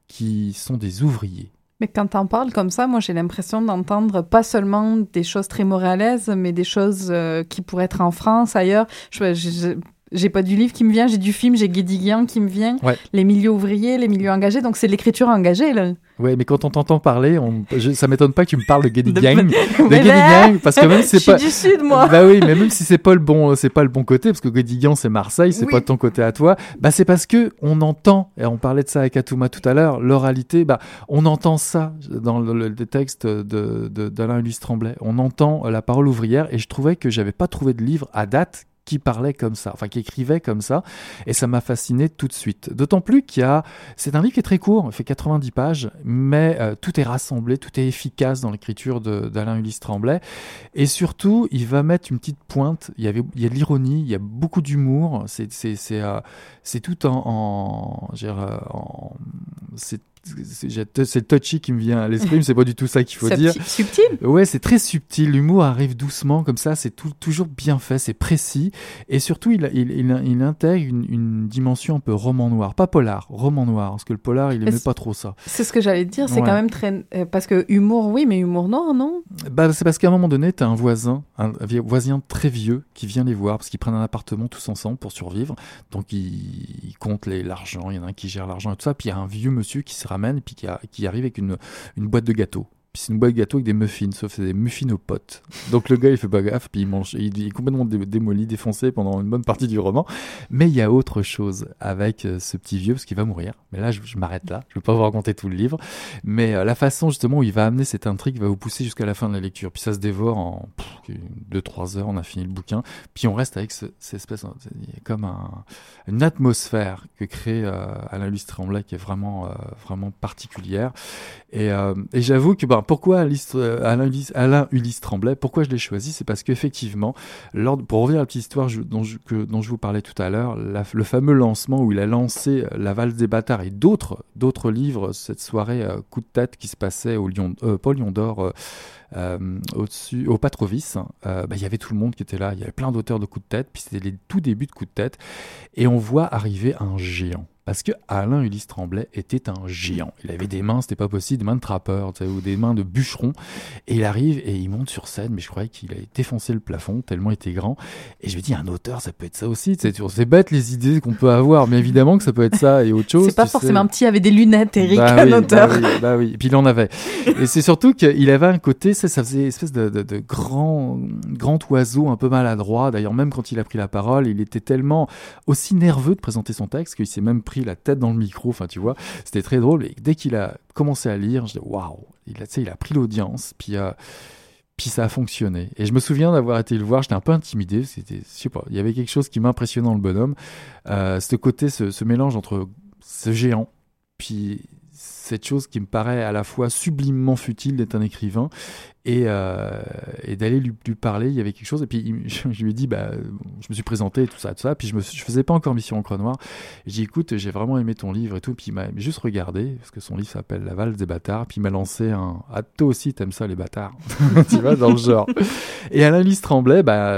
D: qui sont des ouvriers.
F: Mais quand t'en parles comme ça, moi j'ai l'impression d'entendre pas seulement des choses très moral-aises, mais des choses euh, qui pourraient être en France, ailleurs. Je, je, je, j'ai pas du livre qui me vient, j'ai du film, j'ai Guédiguian qui me vient, ouais. Les milieux ouvriers, les milieux engagés, donc c'est l'écriture engagée là.
D: Oui, mais quand on t'entend parler, on... Je... ça m'étonne pas que tu me parles de Guédiguian, de, de Guédiguian, parce que même si c'est
F: je
D: pas.
F: Je suis du Sud, moi.
D: Bah oui, mais même si c'est pas le bon, c'est pas le bon côté, parce que Guédiguian c'est Marseille, c'est oui. pas de ton côté à toi. Bah c'est parce que on entend, et on parlait de ça avec Atouma tout à l'heure, l'oralité. Bah on entend ça dans le, le, le texte de, de d'Alain Ulysse Tremblay. On entend la parole ouvrière, et je trouvais que j'avais pas trouvé de livre à date qui parlait comme ça, enfin qui écrivait comme ça, et ça m'a fasciné tout de suite. D'autant plus qu'il y a, c'est un livre qui est très court, il fait quatre-vingt-dix pages, mais euh, tout est rassemblé, tout est efficace dans l'écriture de, d'Alain Ulysse Tremblay, et surtout, il va mettre une petite pointe. Il y avait, il y a de l'ironie, il y a beaucoup d'humour. C'est, c'est, c'est, euh, c'est tout en, en, je veux dire, en c'est C'est, c'est le touchy qui me vient à l'esprit, mais c'est pas du tout ça qu'il faut dire.
F: Subtil.
D: Ouais, c'est très subtil. L'humour arrive doucement comme ça. C'est tout, toujours bien fait, c'est précis, et surtout il, il, il, il intègre une, une dimension un peu roman noir, pas polar, roman noir, parce que le polar il aimait pas trop ça.
F: C'est ce que j'allais dire. C'est
D: ouais.
F: quand même très euh, parce que humour, oui, mais humour noir, non.
D: Bah c'est parce qu'à un moment donné, t'as un voisin, un voisin très vieux qui vient les voir parce qu'ils prennent un appartement tous ensemble pour survivre. Donc ils, ils comptent les, l'argent. Il y en a un qui gère l'argent et tout ça. Puis il y a un vieux monsieur qui se ramène et puis qui, a, qui arrive avec une, une boîte de gâteaux. Puis c'est une boîte de gâteaux avec des muffins, sauf que c'est des muffins aux potes. Donc le gars il fait pas gaffe, puis il mange, il, il est complètement dé- démoli, défoncé pendant une bonne partie du roman. Mais il y a autre chose avec euh, ce petit vieux, parce qu'il va mourir. Mais là je, je m'arrête là, je vais pas vous raconter tout le livre. Mais euh, la façon justement où il va amener cette intrigue va vous pousser jusqu'à la fin de la lecture. Puis ça se dévore en deux trois heures, on a fini le bouquin. Puis on reste avec ce, cette espèce, comme un, une atmosphère que crée euh, Alain Ulysse Tremblay qui est vraiment, euh, vraiment particulière. Et, euh, et j'avoue que bah, pourquoi Alice, euh, Alain, Ulysse, Alain Ulysse Tremblay, pourquoi je l'ai choisi, c'est parce qu'effectivement, lors, pour revenir à la petite histoire je, dont, je, que, dont je vous parlais tout à l'heure, la, le fameux lancement où il a lancé La valse des bâtards et d'autres, d'autres livres, cette soirée euh, coup de tête qui se passait au Lion, euh, pas au Lion d'Or, euh, euh, au-dessus, au Patrovis, euh, bah, y avait tout le monde qui était là, il y avait plein d'auteurs de coups de tête, puis c'était les tout débuts de coups de tête, et on voit arriver un géant. Parce que Alain Ulysse Tremblay était un géant. Il avait des mains, c'était pas possible, des mains de trappeur, tu sais, ou des mains de bûcheron. Et il arrive et il monte sur scène, mais je croyais qu'il allait défoncer le plafond, tellement il était grand. Et je me dis, un auteur, ça peut être ça aussi. Tu sais, c'est bête les idées qu'on peut avoir, mais évidemment que ça peut être ça et autre chose.
F: C'est pas forcément sais. Petit avec des lunettes, Eric,
D: bah
F: un
D: oui,
F: auteur.
D: Bah oui, bah oui, et puis il en avait. Et c'est surtout qu'il avait un côté, ça, ça faisait espèce de, de, de grand, grand oiseau un peu maladroit. D'ailleurs, même quand il a pris la parole, il était tellement aussi nerveux de présenter son texte qu'il s'est même pris la tête dans le micro. Enfin, tu vois, c'était très drôle. Et dès qu'il a commencé à lire, je dis waouh, il a, tu sais, il a pris l'audience, puis, euh, puis ça a fonctionné. Et je me souviens d'avoir été le voir, j'étais un peu intimidé. C'était, je sais pas, il y avait quelque chose qui m'impressionnait dans le bonhomme. Euh, ce côté, ce, ce mélange entre ce géant, puis cette chose qui me paraît à la fois sublimement futile d'être un écrivain et, euh, et d'aller lui, lui parler. Il y avait quelque chose, et puis il, je, je lui ai dit, bah, je me suis présenté, tout ça, tout ça, puis je ne faisais pas encore Mission Encre Noire. J'ai dit, écoute, j'ai vraiment aimé ton livre et tout, puis il m'a juste regardé, parce que son livre s'appelle La valse des bâtards, puis il m'a lancé un « Ah, toi aussi, t'aimes ça, les bâtards ?» Tu vois, dans le genre. Et Alain Ulysse Tremblay, bah,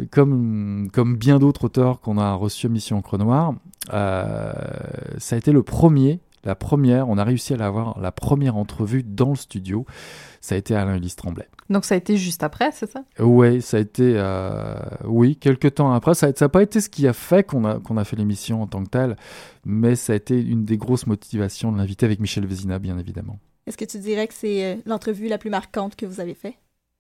D: comme, comme bien d'autres auteurs qu'on a reçus à Mission Encre Noire, euh, ça a été le premier La première, on a réussi à l'avoir, la première entrevue dans le studio, ça a été Alain Ulysse Tremblay.
F: Donc ça a été juste après, c'est ça ?
D: Oui, ça a été, euh, oui, quelques temps après. Ça n'a pas été ce qui a fait qu'on a, qu'on a fait l'émission en tant que telle, mais ça a été une des grosses motivations de l'inviter avec Michel Vézina, bien évidemment.
E: Est-ce que tu dirais que c'est l'entrevue la plus marquante que vous avez faite ?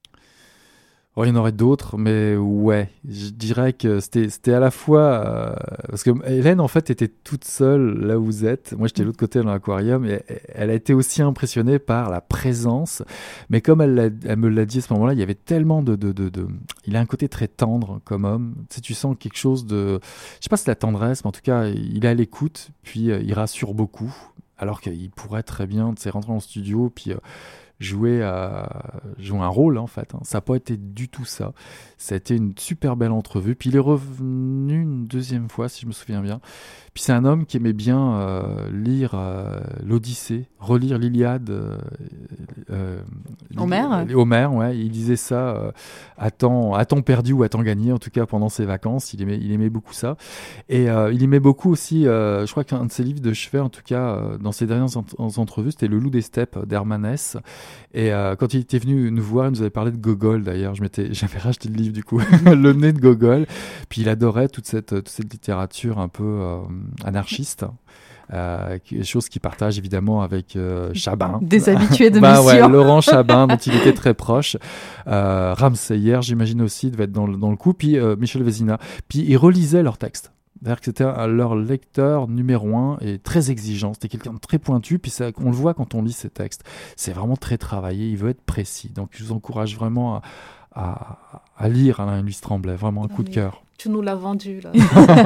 D: Oh, il y en aurait d'autres, mais ouais, je dirais que c'était, c'était à la fois... Euh, parce que Hélène, en fait, était toute seule là où vous êtes. Moi, j'étais de l'autre côté dans l'aquarium, et elle a été aussi impressionnée par la présence. Mais comme elle, l'a, elle me l'a dit à ce moment-là, il y avait tellement de, de, de, de... Il a un côté très tendre comme homme. Tu sais, tu sens quelque chose de... Je sais pas si c'est la tendresse, mais en tout cas, il est à l'écoute, puis euh, il rassure beaucoup. Alors qu'il pourrait très bien, tu sais, rentrer en studio, puis... Euh, jouer, euh, jouer un rôle en fait. Hein. Ça n'a pas été du tout ça. Ça a été une super belle entrevue. Puis il est revenu une deuxième fois, si je me souviens bien. Puis c'est un homme qui aimait bien euh, lire euh, l'Odyssée, relire l'Iliade. Euh, euh,
F: Homère.
D: Homère, ouais. Il lisait ça euh, à temps, à temps perdu ou à temps gagné, en tout cas pendant ses vacances. Il aimait, il aimait beaucoup ça. Et euh, il aimait beaucoup aussi, euh, je crois qu'un de ses livres de chevet, en tout cas, euh, dans ses dernières ent- entrevues, c'était Le Loup des Steppes d'Hermann Hesse. Et euh, quand il était venu nous voir, il nous avait parlé de Gogol d'ailleurs. Je m'étais, j'avais racheté le livre du coup, Le Nez de Gogol. Puis il adorait toute cette, toute cette littérature un peu euh, anarchiste. Euh, chose qu'il partage évidemment avec euh, Chabin.
F: Des habitués de
D: bah,
F: mission.
D: Ouais, Laurent Chabin, dont il était très proche. Euh, Ramseyer, j'imagine aussi, devait être dans le, dans le coup. Puis euh, Michel Vézina. Puis ils relisaient leurs textes. C'est-à-dire que c'était un, leur lecteur numéro un et très exigeant. C'était quelqu'un de très pointu. Puis ça, on le voit quand on lit ses textes. C'est vraiment très travaillé. Il veut être précis. Donc je vous encourage vraiment à, à, à lire Alain-Louis Tremblay. Vraiment un
G: Non,
D: coup de cœur.
G: Tu nous l'as vendu, là.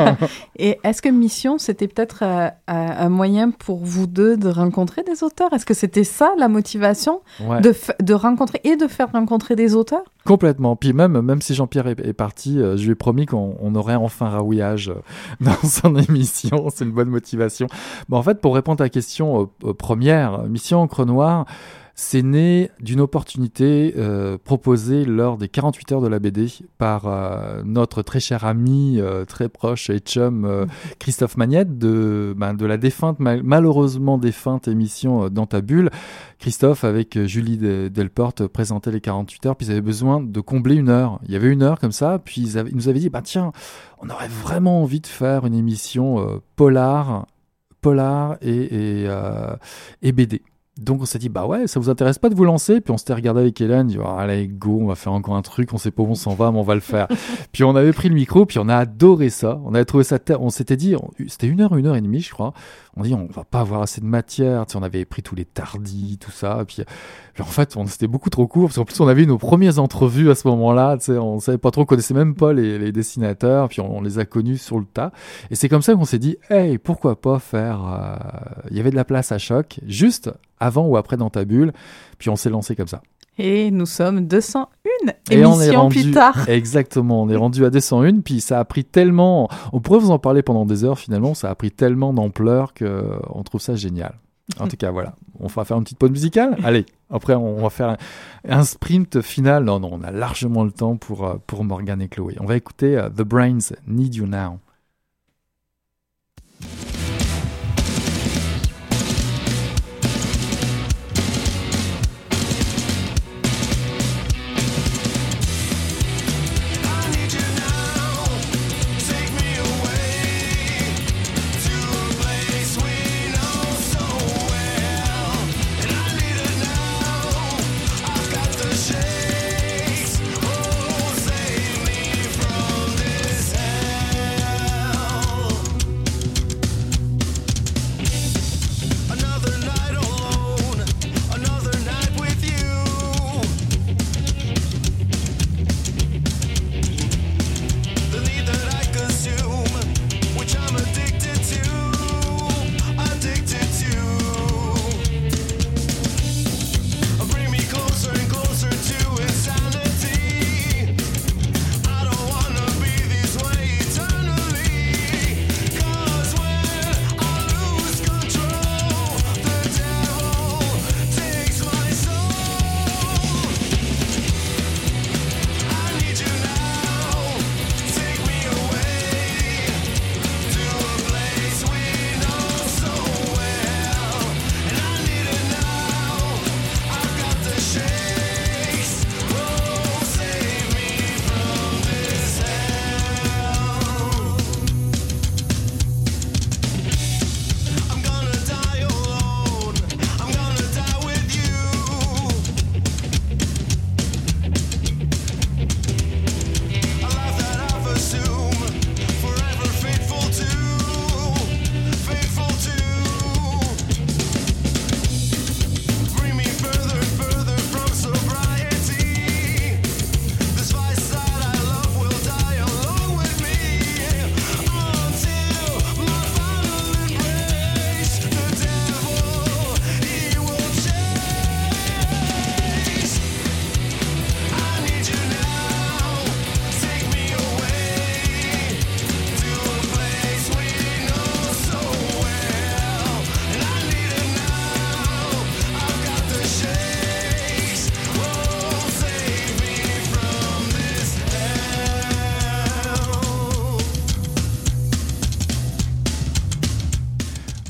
F: Et est-ce que Mission, c'était peut-être euh, un moyen pour vous deux de rencontrer des auteurs? Est-ce que c'était ça, la motivation,
D: Ouais.
F: de, f- de rencontrer et de faire rencontrer des auteurs?
D: Complètement. Puis même, même si Jean-Pierre est, est parti, euh, je lui ai promis qu'on on aurait enfin Raouillage euh, dans son émission. C'est une bonne motivation. Bon, en fait, pour répondre à ta question euh, euh, première, Mission Encre Noire, c'est né d'une opportunité euh, proposée lors des quarante-huit heures de la B D par euh, notre très cher ami, euh, très proche et chum euh, Christophe Magnette de, ben, de la défunte, mal- malheureusement défunte émission euh, Dans ta bulle. Christophe, avec euh, Julie de- Delporte, présentait les quarante-huit heures, puis ils avaient besoin de combler une heure. Il y avait une heure comme ça, puis ils, avaient, ils nous avaient dit, bah, tiens, on aurait vraiment envie de faire une émission euh, polar, polar et, et, euh, et B D. Donc on s'est dit, bah ouais, ça vous intéresse pas de vous lancer? Puis on s'était regardé avec Hélène, dit, oh, allez, go, on va faire encore un truc, on sait pas où on s'en va, mais on va le faire. Puis on avait pris le micro, puis on a adoré ça. On avait trouvé ça, ter- on s'était dit, on- c'était une heure, une heure et demie, je crois. On dit, on va pas avoir assez de matière. Tu sais, on avait pris tous les tardis, tout ça. Puis, puis en fait, on, c'était beaucoup trop court, parce qu'en plus, on avait eu nos premières entrevues à ce moment-là. Tu sais, on savait pas trop, on connaissait même pas les, les dessinateurs, puis on, on les a connus sur le tas. Et c'est comme ça qu'on s'est dit, hey, pourquoi pas faire. euh, Il y avait de la place à Choc, juste avant ou après Dans ta bulle. Puis on s'est lancé comme ça.
F: Et nous sommes deux cent un
D: Et on est
F: émissions
D: rendu,
F: plus tard.
D: Exactement, on est rendu à deux cent un, puis ça a pris tellement, on pourrait vous en parler pendant des heures finalement, ça a pris tellement d'ampleur qu'on trouve ça génial. En tout cas, voilà, on va faire une petite pause musicale. Allez, après on va faire un, un sprint final. Non, non, on a largement le temps pour, euh, pour Morgane et Chloé. On va écouter uh, The Brains, Need You Now.
I: Shakes, oh, save me from this hell.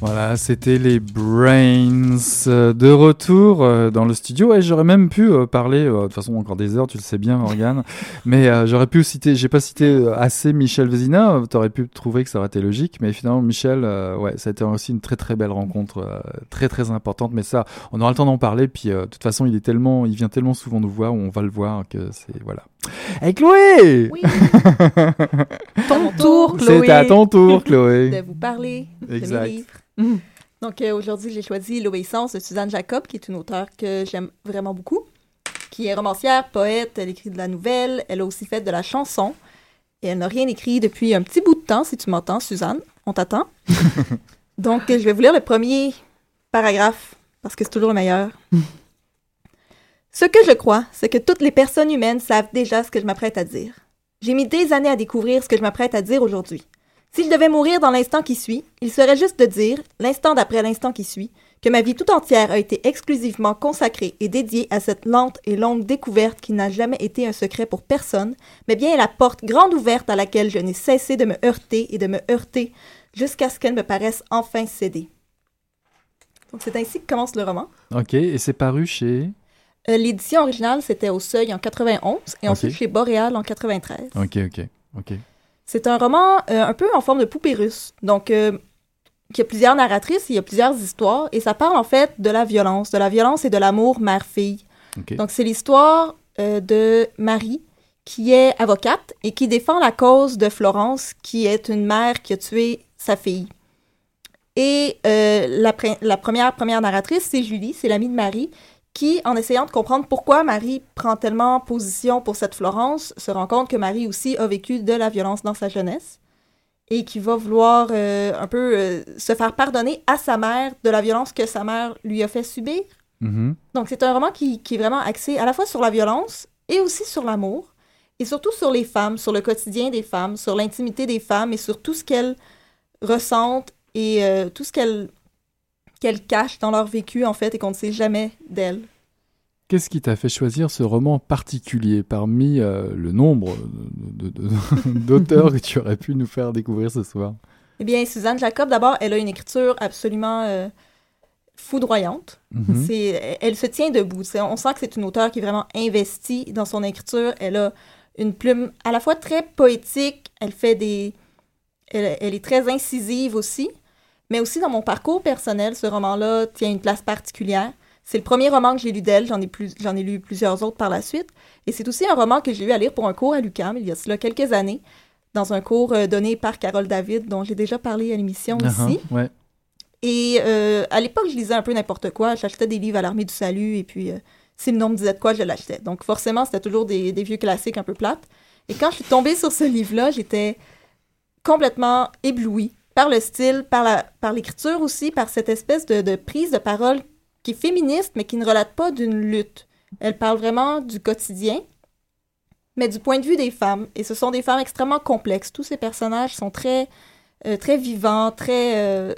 D: Voilà, c'était les Brains euh, de retour euh, dans le studio. Et j'aurais même pu euh, parler, euh, de toute façon encore des heures, tu le sais bien, Morgane. Mais euh, j'aurais pu citer, j'ai pas cité euh, assez Michel Vézina. Euh, T'aurais pu trouver que ça aurait été logique, mais finalement Michel, euh, ouais, ça a été aussi une très très belle rencontre, euh, très très importante. Mais ça, on aura le temps d'en parler. Puis euh, de toute façon, il est tellement, il vient tellement souvent nous voir, on va le voir que c'est voilà. Hey Chloé.
E: Oui. Ton tour,
D: Chloé. C'est à ton tour, Chloé.
E: De vous parler
D: exact.
E: de mes livres. Mm. Donc euh, aujourd'hui, j'ai choisi L'Obéissance de Suzanne Jacob, qui est une auteure que j'aime vraiment beaucoup, qui est romancière, poète, elle écrit de la nouvelle, elle a aussi fait de la chanson, et elle n'a rien écrit depuis un petit bout de temps, si tu m'entends, Suzanne, on t'attend. Donc je vais vous lire le premier paragraphe, parce que c'est toujours le meilleur. Ce que je crois, c'est que toutes les personnes humaines savent déjà ce que je m'apprête à dire. J'ai mis des années à découvrir ce que je m'apprête à dire aujourd'hui. Si je devais mourir dans l'instant qui suit, il serait juste de dire, l'instant d'après l'instant qui suit, que ma vie tout entière a été exclusivement consacrée et dédiée à cette lente et longue découverte qui n'a jamais été un secret pour personne, mais bien la porte grande ouverte à laquelle je n'ai cessé de me heurter et de me heurter jusqu'à ce qu'elle me paraisse enfin céder. Donc c'est ainsi que commence le roman.
D: Ok, et c'est paru chez...
E: Euh, l'édition originale, c'était au Seuil en quatre-vingt-onze et
D: Ok.
E: ensuite chez Boréal en quatre-vingt-treize.
D: Ok, ok, ok.
E: C'est un roman euh, un peu en forme de poupée russe. Donc, euh, il y a plusieurs narratrices, il y a plusieurs histoires, et ça parle en fait de la violence, de la violence et de l'amour mère-fille.
D: Ok.
E: Donc, c'est l'histoire euh, de Marie, qui est avocate et qui défend la cause de Florence, qui est une mère qui a tué sa fille. Et euh, la, pre- la première, première narratrice, c'est Julie, c'est l'amie de Marie, qui, en essayant de comprendre pourquoi Marie prend tellement position pour cette Florence, se rend compte que Marie aussi a vécu de la violence dans sa jeunesse et qui va vouloir euh, un peu euh, se faire pardonner à sa mère de la violence que sa mère lui a fait subir.
D: Mm-hmm.
E: Donc, c'est un roman qui, qui est vraiment axé à la fois sur la violence et aussi sur l'amour, et surtout sur les femmes, sur le quotidien des femmes, sur l'intimité des femmes et sur tout ce qu'elles ressentent et euh, tout ce qu'elles qu'elles cachent dans leur vécu, en fait, et qu'on ne sait jamais d'elles.
D: Qu'est-ce qui t'a fait choisir ce roman particulier parmi euh, le nombre de, de, de, d'auteurs que tu aurais pu nous faire découvrir ce soir?
E: Eh bien, Suzanne Jacob, d'abord, elle a une écriture absolument euh, foudroyante.
D: Mm-hmm.
E: C'est, elle se tient debout. C'est, on sent que c'est une auteure qui est vraiment investie dans son écriture. Elle a une plume à la fois très poétique, elle fait des... Elle, elle est très incisive aussi, mais aussi dans mon parcours personnel, ce roman-là tient une place particulière. C'est le premier roman que j'ai lu d'elle, j'en ai, plus, j'en ai lu plusieurs autres par la suite, et c'est aussi un roman que j'ai eu à lire pour un cours à l'U Q A M, il y a cela quelques années, dans un cours euh, donné par Carole David, dont j'ai déjà parlé à l'émission
D: Uh-huh,
E: ici.
D: ouais.
E: Et euh, à l'époque, je lisais un peu n'importe quoi, j'achetais des livres à l'Armée du Salut, et puis euh, si le nom me disait de quoi, je l'achetais. Donc forcément, c'était toujours des, des vieux classiques un peu plates. Et quand je suis tombée sur ce livre-là, j'étais complètement éblouie par le style, par, la, par l'écriture aussi, par cette espèce de, de prise de parole qui est féministe, mais qui ne relate pas d'une lutte. Elle parle vraiment du quotidien, mais du point de vue des femmes. Et ce sont des femmes extrêmement complexes. Tous ces personnages sont très, euh, très vivants, très... Euh,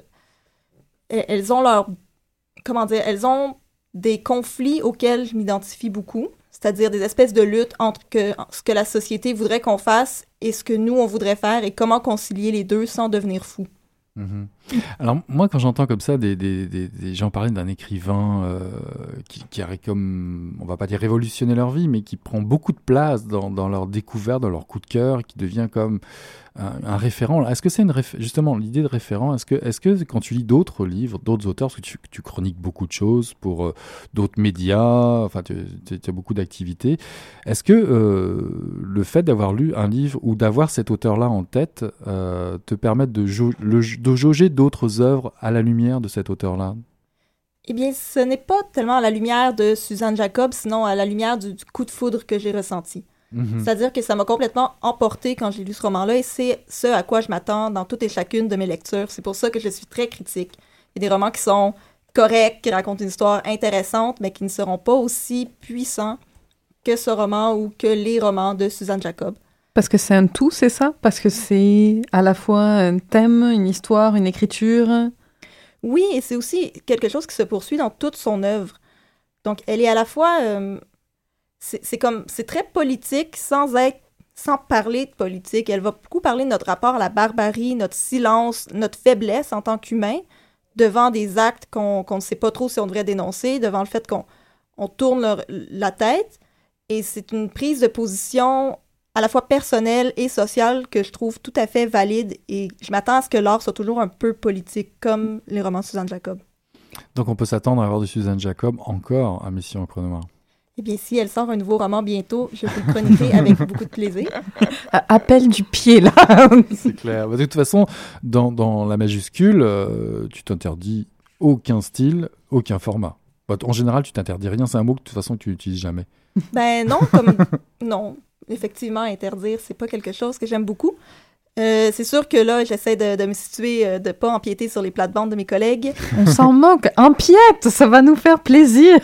E: elles ont leur... Comment dire? Elles ont des conflits auxquels je m'identifie beaucoup, c'est-à-dire des espèces de luttes entre que, ce que la société voudrait qu'on fasse et ce que nous, on voudrait faire, et comment concilier les deux sans devenir fou.
D: Mmh. Alors moi, quand j'entends comme ça des, des, des, des gens parler d'un écrivain euh, qui, qui a comme, on va pas dire révolutionné leur vie, mais qui prend beaucoup de place dans, dans leur découverte, dans leur coup de cœur, qui devient comme un, un référent. Est-ce que c'est une réf- justement l'idée de référent? Est-ce que, est-ce que quand tu lis d'autres livres, d'autres auteurs, parce que tu, tu chroniques beaucoup de choses pour euh, d'autres médias, enfin tu, tu, tu as beaucoup d'activités, est-ce que euh, le fait d'avoir lu un livre ou d'avoir cet auteur-là en tête euh, te permet de, jau- le, de jauger d'autres œuvres à la lumière de cet auteur-là?
E: Eh bien, ce n'est pas tellement à la lumière de Suzanne Jacob, sinon à la lumière du, du coup de foudre que j'ai ressenti. Mm-hmm. C'est-à-dire que ça m'a complètement emportée quand j'ai lu ce roman-là, et c'est ce à quoi je m'attends dans toutes et chacune de mes lectures. C'est pour ça que je suis très critique. Il y a des romans qui sont corrects, qui racontent une histoire intéressante, mais qui ne seront pas aussi puissants que ce roman ou que les romans de Suzanne Jacob.
F: Parce que c'est un tout, c'est ça? Parce que c'est à la fois un thème, une histoire, une écriture.
E: Oui, et c'est aussi quelque chose qui se poursuit dans toute son œuvre. Donc, elle est à la fois... Euh, c'est, c'est comme... C'est très politique sans être... sans parler de politique. Elle va beaucoup parler de notre rapport à la barbarie, notre silence, notre faiblesse en tant qu'humain, devant des actes qu'on qu'on ne sait pas trop si on devrait dénoncer, devant le fait qu'on on tourne leur, la tête. Et c'est une prise de position à la fois personnelle et sociale que je trouve tout à fait valide. Et je m'attends à ce que l'art soit toujours un peu politique, comme les romans de Suzanne Jacob.
D: Donc on peut s'attendre à avoir de Suzanne Jacob encore à Mission Encre Noire.
E: Eh bien, si elle sort un nouveau roman bientôt, je vous le chroniquerai avec beaucoup de plaisir.
F: Appel du pied, là.
D: C'est clair. De toute façon, dans, dans la majuscule, euh, tu t'interdis aucun style, aucun format. En général, tu t'interdis rien. C'est un mot que de toute façon, tu n'utilises jamais.
E: Ben non, comme... non. Effectivement, interdire, c'est pas quelque chose que j'aime beaucoup. Euh, c'est sûr que là, j'essaie de, de me situer, euh, de ne pas empiéter sur les plates-bandes de mes collègues.
F: On s'en moque. Empiète, ça va nous faire plaisir.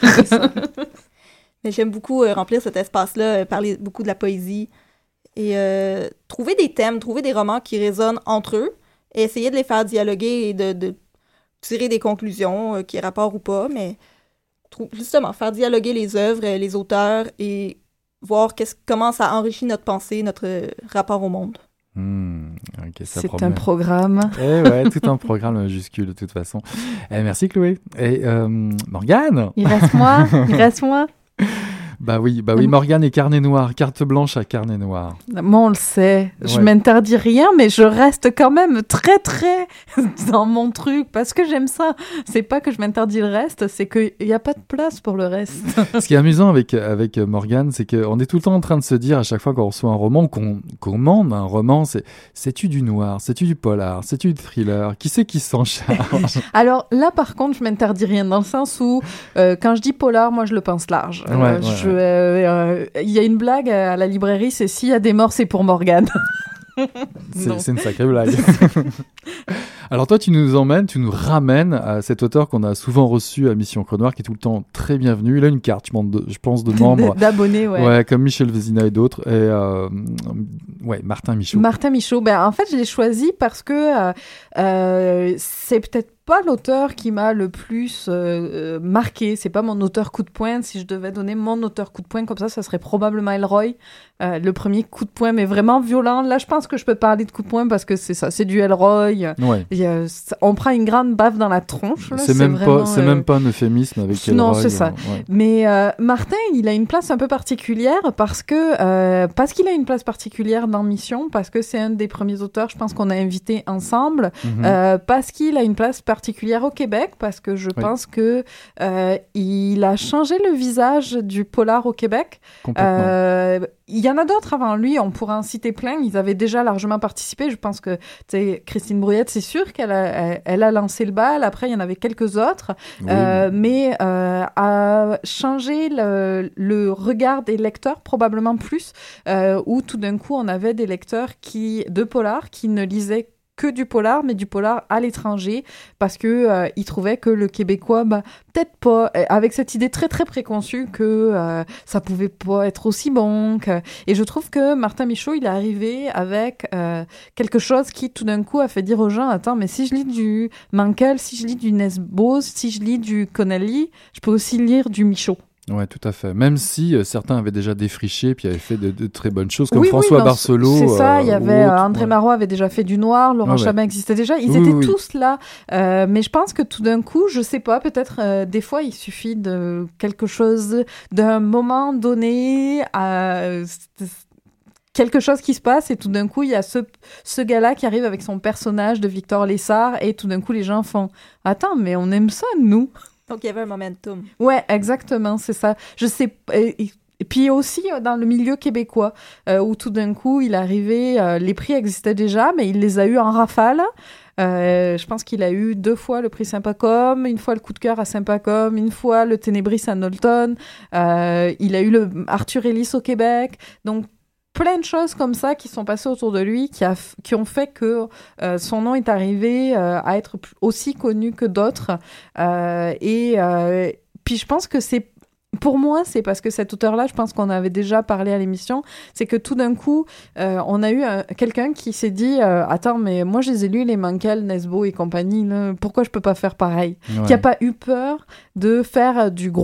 E: Mais j'aime beaucoup euh, remplir cet espace-là, euh, parler beaucoup de la poésie et euh, trouver des thèmes, trouver des romans qui résonnent entre eux et essayer de les faire dialoguer et de, de tirer des conclusions, euh, qui aient rapport ou pas, mais trou- justement, faire dialoguer les œuvres, euh, les auteurs et voir qu'est-ce, comment ça enrichit notre pensée, notre euh, rapport au monde.
D: Mmh, okay, ça
F: c'est
D: promet.
F: un programme.
D: Eh ouais, tout un programme majuscule de toute façon. Eh, merci Chloé. Et euh, Morgane.
F: Il reste moi, il reste moi.
D: Bah oui, bah oui, Morgane est carnet noir, carte blanche à carnet noir.
F: Moi, on le sait. Je
D: Ouais.
F: m'interdis rien, mais je reste quand même très, très dans mon truc parce que j'aime ça. C'est pas que je m'interdis le reste, c'est qu'il n'y a pas de place pour le reste.
D: Ce qui est amusant avec, avec Morgane, c'est qu'on est tout le temps en train de se dire, à chaque fois qu'on reçoit un roman, qu'on commande un roman, c'est c'est-tu du noir, c'est-tu du polar, c'est-tu du thriller, qui c'est qui s'en charge?
F: Alors là, par contre, je m'interdis rien dans le sens où, euh, quand je dis polar, moi, je le pense large.
D: Ouais,
F: Euh,
D: ouais,
F: je, euh, euh, il y a une blague à la librairie, c'est s'il y a des morts, c'est pour Morgane.
D: C'est
F: Non.
D: c'est une sacrée blague. Alors toi, tu nous emmènes, tu nous ramènes à cet auteur qu'on a souvent reçu à Mission Encre Noire, qui est tout le temps très bienvenu. Il a une carte, je pense, de, je pense, de membres.
F: D'abonnés, ouais.
D: Ouais, comme Michel Vézina et d'autres. Et euh, ouais, Martin Michaud.
F: Martin Michaud, ben, en fait, je l'ai choisi parce que euh, euh, c'est peut-être pas l'auteur qui m'a le plus euh, marqué. C'est pas mon auteur coup de poing. Si je devais donner mon auteur coup de poing comme ça, ça serait probablement Elroy. Euh, le premier coup de poing, mais vraiment violent. Là, je pense que je peux parler de coup de poing parce que c'est ça, c'est du Elroy.
D: Ouais.
F: Et, euh, ça- on prend une grande baffe dans la tronche. là.
D: C'est même,
F: vraiment,
D: pas, c'est
F: euh,
D: même pas un euphémisme avec
F: Non,
D: Elroy,
F: c'est ça.
D: euh, ouais.
F: Mais euh, Martin, il a une place un peu particulière parce que euh, parce qu'il a une place particulière dans Mission, parce que c'est un des premiers auteurs, je pense qu'on a invité ensemble,
D: Mhm.
F: euh, parce qu'il a une place particulière au Québec, parce que je
D: Oui.
F: pense que euh, il a changé le visage du polar au Québec.
D: Complètement.
F: Euh, il y en a d'autres avant lui, on pourrait en citer plein. Ils avaient déjà largement participé. Je pense que, tu sais, Christine Brouillette, c'est sûr qu'elle a, elle, elle a lancé le bal. Après, il y en avait quelques autres.
D: Oui.
F: Euh, mais euh, a changé le, le regard des lecteurs, probablement plus, euh, où tout d'un coup, on avait des lecteurs qui, de polar qui ne lisaient que du polar, mais du polar à l'étranger, parce que euh, ils trouvaient que le Québécois, bah, peut-être pas, euh, avec cette idée très très préconçue que euh, ça pouvait pas être aussi bon. Que... Et je trouve que Martin Michaud, il est arrivé avec euh, quelque chose qui tout d'un coup a fait dire aux gens, attends, mais si je lis du Mankell, si je lis du Nesbos, si je lis du Connelly, je peux aussi lire du Michaud.
D: Ouais, tout à fait. Même si euh, certains avaient déjà défriché puis avaient fait de, de très bonnes choses, comme
F: Oui,
D: François
F: oui, non,
D: Barcelot.
F: c'est ça, il y
D: euh,
F: avait
D: ou autre,
F: euh, André
D: ouais.
F: Marot avait déjà fait du noir, Laurent
D: Ah ouais.
F: Chabin existait déjà, ils
D: Oui,
F: étaient
D: oui, oui.
F: tous là. Euh, mais je pense que tout d'un coup, je sais pas, peut-être euh, des fois il suffit de quelque chose, d'un moment donné à quelque chose qui se passe et tout d'un coup il y a ce, ce gars-là qui arrive avec son personnage de Victor Lessard et tout d'un coup les gens font « Attends, mais on aime ça, nous !»
E: Donc, il y avait un momentum.
F: Ouais, exactement, c'est ça. Je sais... Et, et puis aussi euh, dans le milieu québécois, euh, où tout d'un coup, il arrivait... Euh, les prix existaient déjà, mais il les a eus en rafale. Euh, je pense qu'il a eu deux fois le prix Sympacom, une fois le coup de cœur à Sympacom, une fois le Ténébris à Knowlton. Euh, il a eu le Arthur Ellis au Québec. Donc, plein de choses comme ça qui sont passées autour de lui, qui, a f- qui ont fait que euh, son nom est arrivé euh, à être p- aussi connu que d'autres. Euh, et euh, puis je pense que c'est, pour moi, c'est parce que cet auteur-là, je pense qu'on avait déjà parlé à l'émission, c'est que tout d'un coup, euh, on a eu un- quelqu'un qui s'est dit euh, « Attends, mais moi, je les ai lus, les Mankell, Nesbo et compagnie, là, pourquoi je peux pas faire pareil ?»
D: Ouais.
F: Qui a pas eu peur de faire euh, du gros.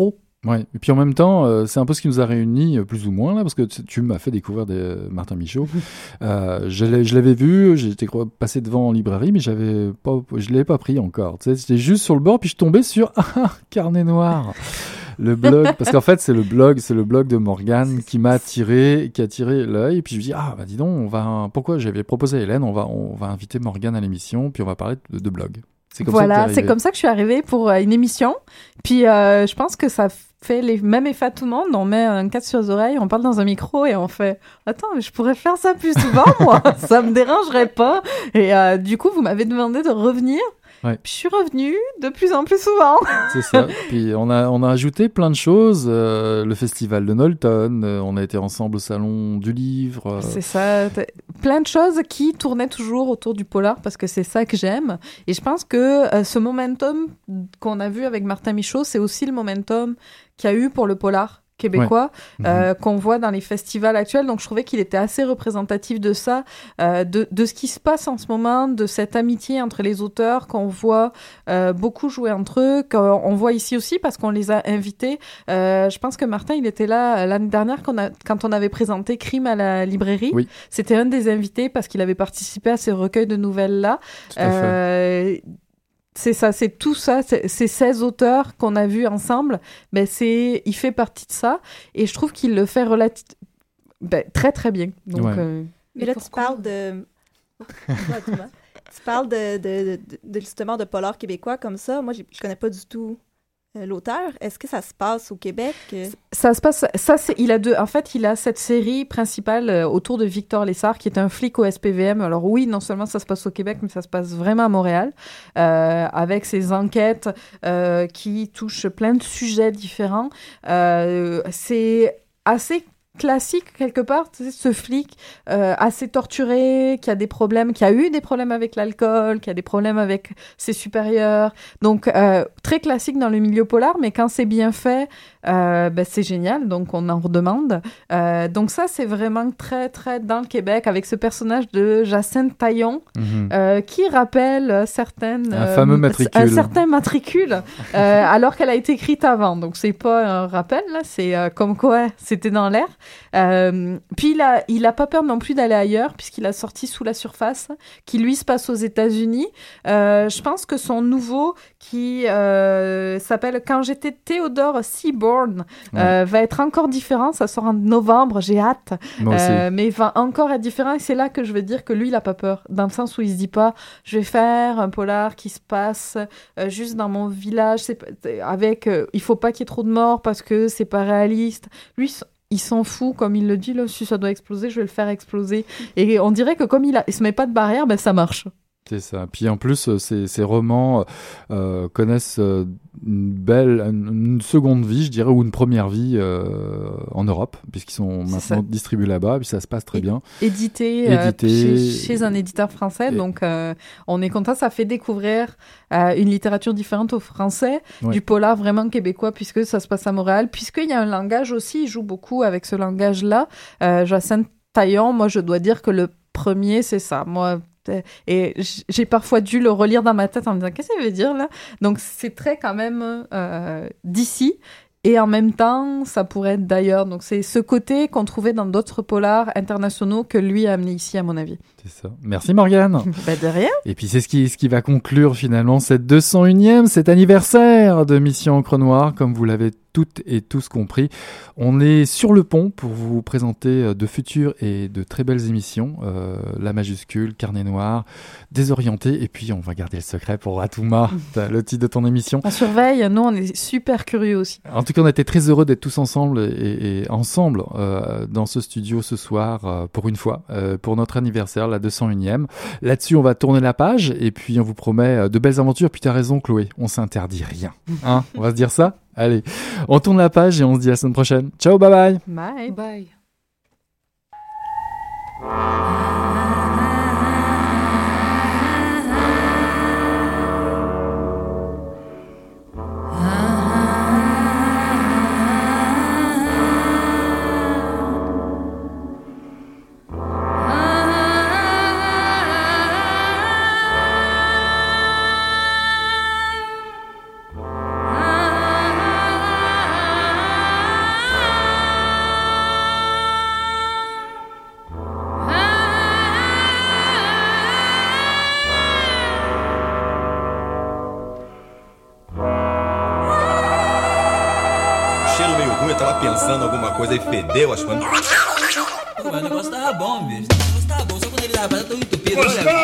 D: Ouais. Et puis en même temps, euh, c'est un peu ce qui nous a réunis, euh, plus ou moins, là, parce que tu, tu m'as fait découvrir des, euh, Martin Michaud. euh, je, l'ai, je l'avais vu, j'étais passé devant en librairie, mais j'avais pas, je l'avais pas pris encore. Tu sais, j'étais juste sur le bord, puis je tombais sur ah, Carnet Noir. Le blog, parce qu'en fait, c'est le blog, c'est le blog de Morgane qui m'a attiré, qui a attiré l'œil. Puis je me dis, ah, bah dis donc, on va, pourquoi j'avais proposé à Hélène, on va, on va inviter Morgane à l'émission, puis on va parler de, de blog. C'est comme
F: voilà,
D: ça
F: c'est comme ça que je suis arrivée pour euh, une émission. Puis euh, je pense que ça fait les mêmes effets à tout le monde. On met un casque sur les oreilles, on parle dans un micro et on fait « Attends, mais je pourrais faire ça plus souvent, moi. Ça me dérangerait pas. » Et euh, du coup, vous m'avez demandé de revenir.
D: Ouais.
F: Puis je suis revenue de plus en plus souvent.
D: C'est ça. Puis on a, on a ajouté plein de choses. Euh, le festival de Knowlton, euh, on a été ensemble au salon du livre. Euh...
F: C'est ça. Plein de choses qui tournaient toujours autour du polar parce que c'est ça que j'aime. Et je pense que euh, ce momentum qu'on a vu avec Martin Michaud, c'est aussi le momentum qu'il y a eu pour le polar québécois, ouais. euh, mmh. qu'on voit dans les festivals actuels. Donc, je trouvais qu'il était assez représentatif de ça, euh, de, de ce qui se passe en ce moment, de cette amitié entre les auteurs qu'on voit euh, beaucoup jouer entre eux, qu'on voit ici aussi parce qu'on les a invités. Euh, je pense que Martin, il était là l'année dernière quand on, a, quand on avait présenté Crime à la librairie.
D: Oui.
F: C'était un des invités parce qu'il avait participé à ces recueils de nouvelles-là.
D: Tout à fait.
F: Euh, C'est ça, c'est tout ça, c'est, ces seize auteurs qu'on a vus ensemble, ben c'est, il fait partie de ça, et je trouve qu'il le fait relati- ben, très très bien. Donc,
D: ouais.
F: euh,
E: Mais là, tu parles de... tu parles de, de, de, de, justement de polar québécois comme ça. Moi, j'ai, je connais pas du tout euh, l'auteur. Est-ce que ça se passe au Québec?
F: Ça se passe... Ça, c'est, il a deux... En fait, il a cette série principale euh, autour de Victor Lessard, qui est un flic au S P V M. Alors oui, non seulement ça se passe au Québec, mais ça se passe vraiment à Montréal, euh, avec ses enquêtes euh, qui touchent plein de sujets différents. Euh, c'est assez classique quelque part, tu sais, ce flic euh, assez torturé, qui a des problèmes, qui a eu des problèmes avec l'alcool, qui a des problèmes avec ses supérieurs. Donc euh, très classique dans le milieu polar, mais quand c'est bien fait, euh, ben, c'est génial. Donc on en redemande. Euh, donc ça c'est vraiment très très dans le Québec avec ce personnage de Jacinthe Taillon mm-hmm. euh, qui rappelle certaines
D: un euh, fameux matricule,
F: un certain matricule, euh, alors qu'elle a été écrite avant. Donc c'est pas un rappel là, c'est euh, comme quoi c'était dans l'air. Euh, puis il a, il a pas peur non plus d'aller ailleurs puisqu'il a sorti Sous la surface qui lui se passe aux États-Unis. Euh, je pense que son nouveau qui euh, s'appelle Quand j'étais Théodore Seaborn ouais. euh, va être encore différent. Ça sort en novembre, j'ai hâte.
D: Moi aussi. Euh,
F: mais il va encore être différent et c'est là que je veux dire que lui il a pas peur dans le sens où il se dit pas je vais faire un polar qui se passe euh, juste dans mon village c'est, avec euh, il faut pas qu'il y ait trop de morts parce que c'est pas réaliste. Lui il s'en fout, comme il le dit, là, si ça doit exploser, je vais le faire exploser. Et on dirait que comme il, a, il se met pas de barrière, ben ça marche.
D: C'est ça. Puis en plus, ces, ces romans euh, connaissent euh, une belle, une, une seconde vie, je dirais, ou une première vie euh, en Europe, puisqu'ils sont
F: c'est
D: maintenant
F: ça.
D: distribués là-bas, puis ça se passe très bien.
F: Édité,
D: Édité
F: euh, chez, chez un éditeur français,
D: et...
F: donc euh, on est content. Ça fait découvrir euh, une littérature différente aux Français,
D: ouais.
F: du polar vraiment québécois, puisque ça se passe à Montréal, puisqu'il y a un langage aussi, il joue beaucoup avec ce langage-là. Euh, Jacinthe Taillon, moi je dois dire que le premier, c'est ça. Moi, et j'ai parfois dû le relire dans ma tête en me disant qu'est-ce que ça veut dire là. Donc c'est très quand même euh, d'ici et en même temps ça pourrait être d'ailleurs. Donc c'est ce côté qu'on trouvait dans d'autres polars internationaux que lui a amené ici à mon avis.
D: C'est ça. Merci Morgane.
F: Bah de rien.
D: Et puis c'est ce qui, ce qui va conclure finalement cette deux cent unième, cet anniversaire de Mission Encre Noire, comme vous l'avez toutes et tous compris. On est sur le pont pour vous présenter de futures et de très belles émissions. Euh, la majuscule, Carnet Noir, Désorienté, et puis on va garder le secret pour Atouma, le titre de ton émission.
F: On surveille, nous on est super curieux aussi.
D: En tout cas, on a été très heureux d'être tous ensemble et, et ensemble euh, dans ce studio ce soir euh, pour une fois, euh, pour notre anniversaire, la deux cent unième. Là-dessus, on va tourner la page et puis on vous promet de belles aventures. Puis tu as raison Chloé, on s'interdit rien. Hein, on va se dire ça ? Allez, on tourne la page et on se dit à la semaine prochaine. Ciao, bye bye.
F: Bye.
G: Bye.
I: Ah vergonha, tava pensando alguma coisa e fedeu as coisas.
J: Pô, mas o negócio tava bom, bicho. O negócio tava bom, só quando ele tava tão entupido.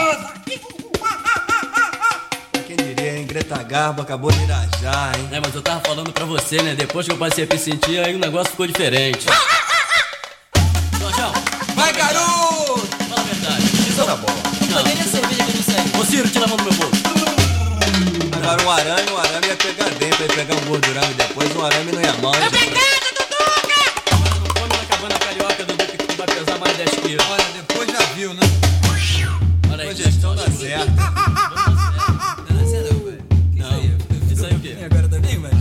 I: Quem diria, hein? Greta Garbo acabou de irajar, hein?
J: É, mas eu tava falando pra você, né? Depois que eu passei a me sentir, aí o negócio ficou diferente. Jorjão!
I: Vai, garoto!
J: Fala a verdade.
I: Isso tá bom.
J: Não, nem a cerveja que eu não sei. Ô, Ciro, tira a mão do meu bolso.
I: Agora um arame, um arame ia pegar dentro, ia pegar um gordurame depois, um arame não ia mal.
J: É pecado, Duduca! Agora não come na cabana carioca, Duduca, que vai pesar mais dez quilos.
I: Olha, depois já viu, né?
J: Olha aí, gestão da
I: certo.
J: Não, você não, velho. Não, isso aí é o quê?
I: Agora também, velho.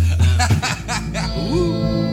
J: Uh!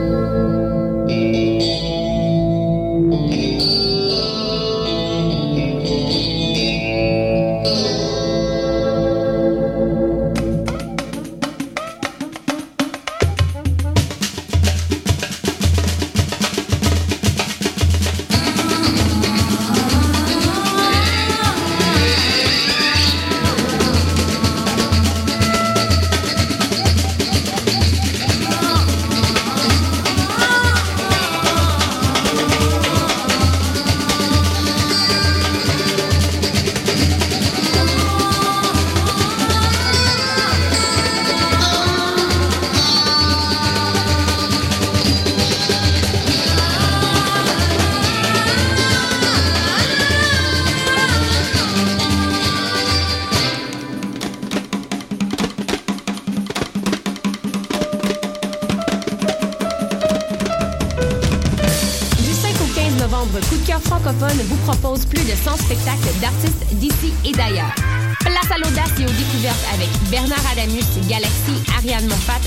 A: Coup de cœur francophone vous propose plus de cent spectacles d'artistes d'ici et d'ailleurs. Place à l'audace et aux découvertes avec Bernard Adamus, Galaxy, Ariane Moffat,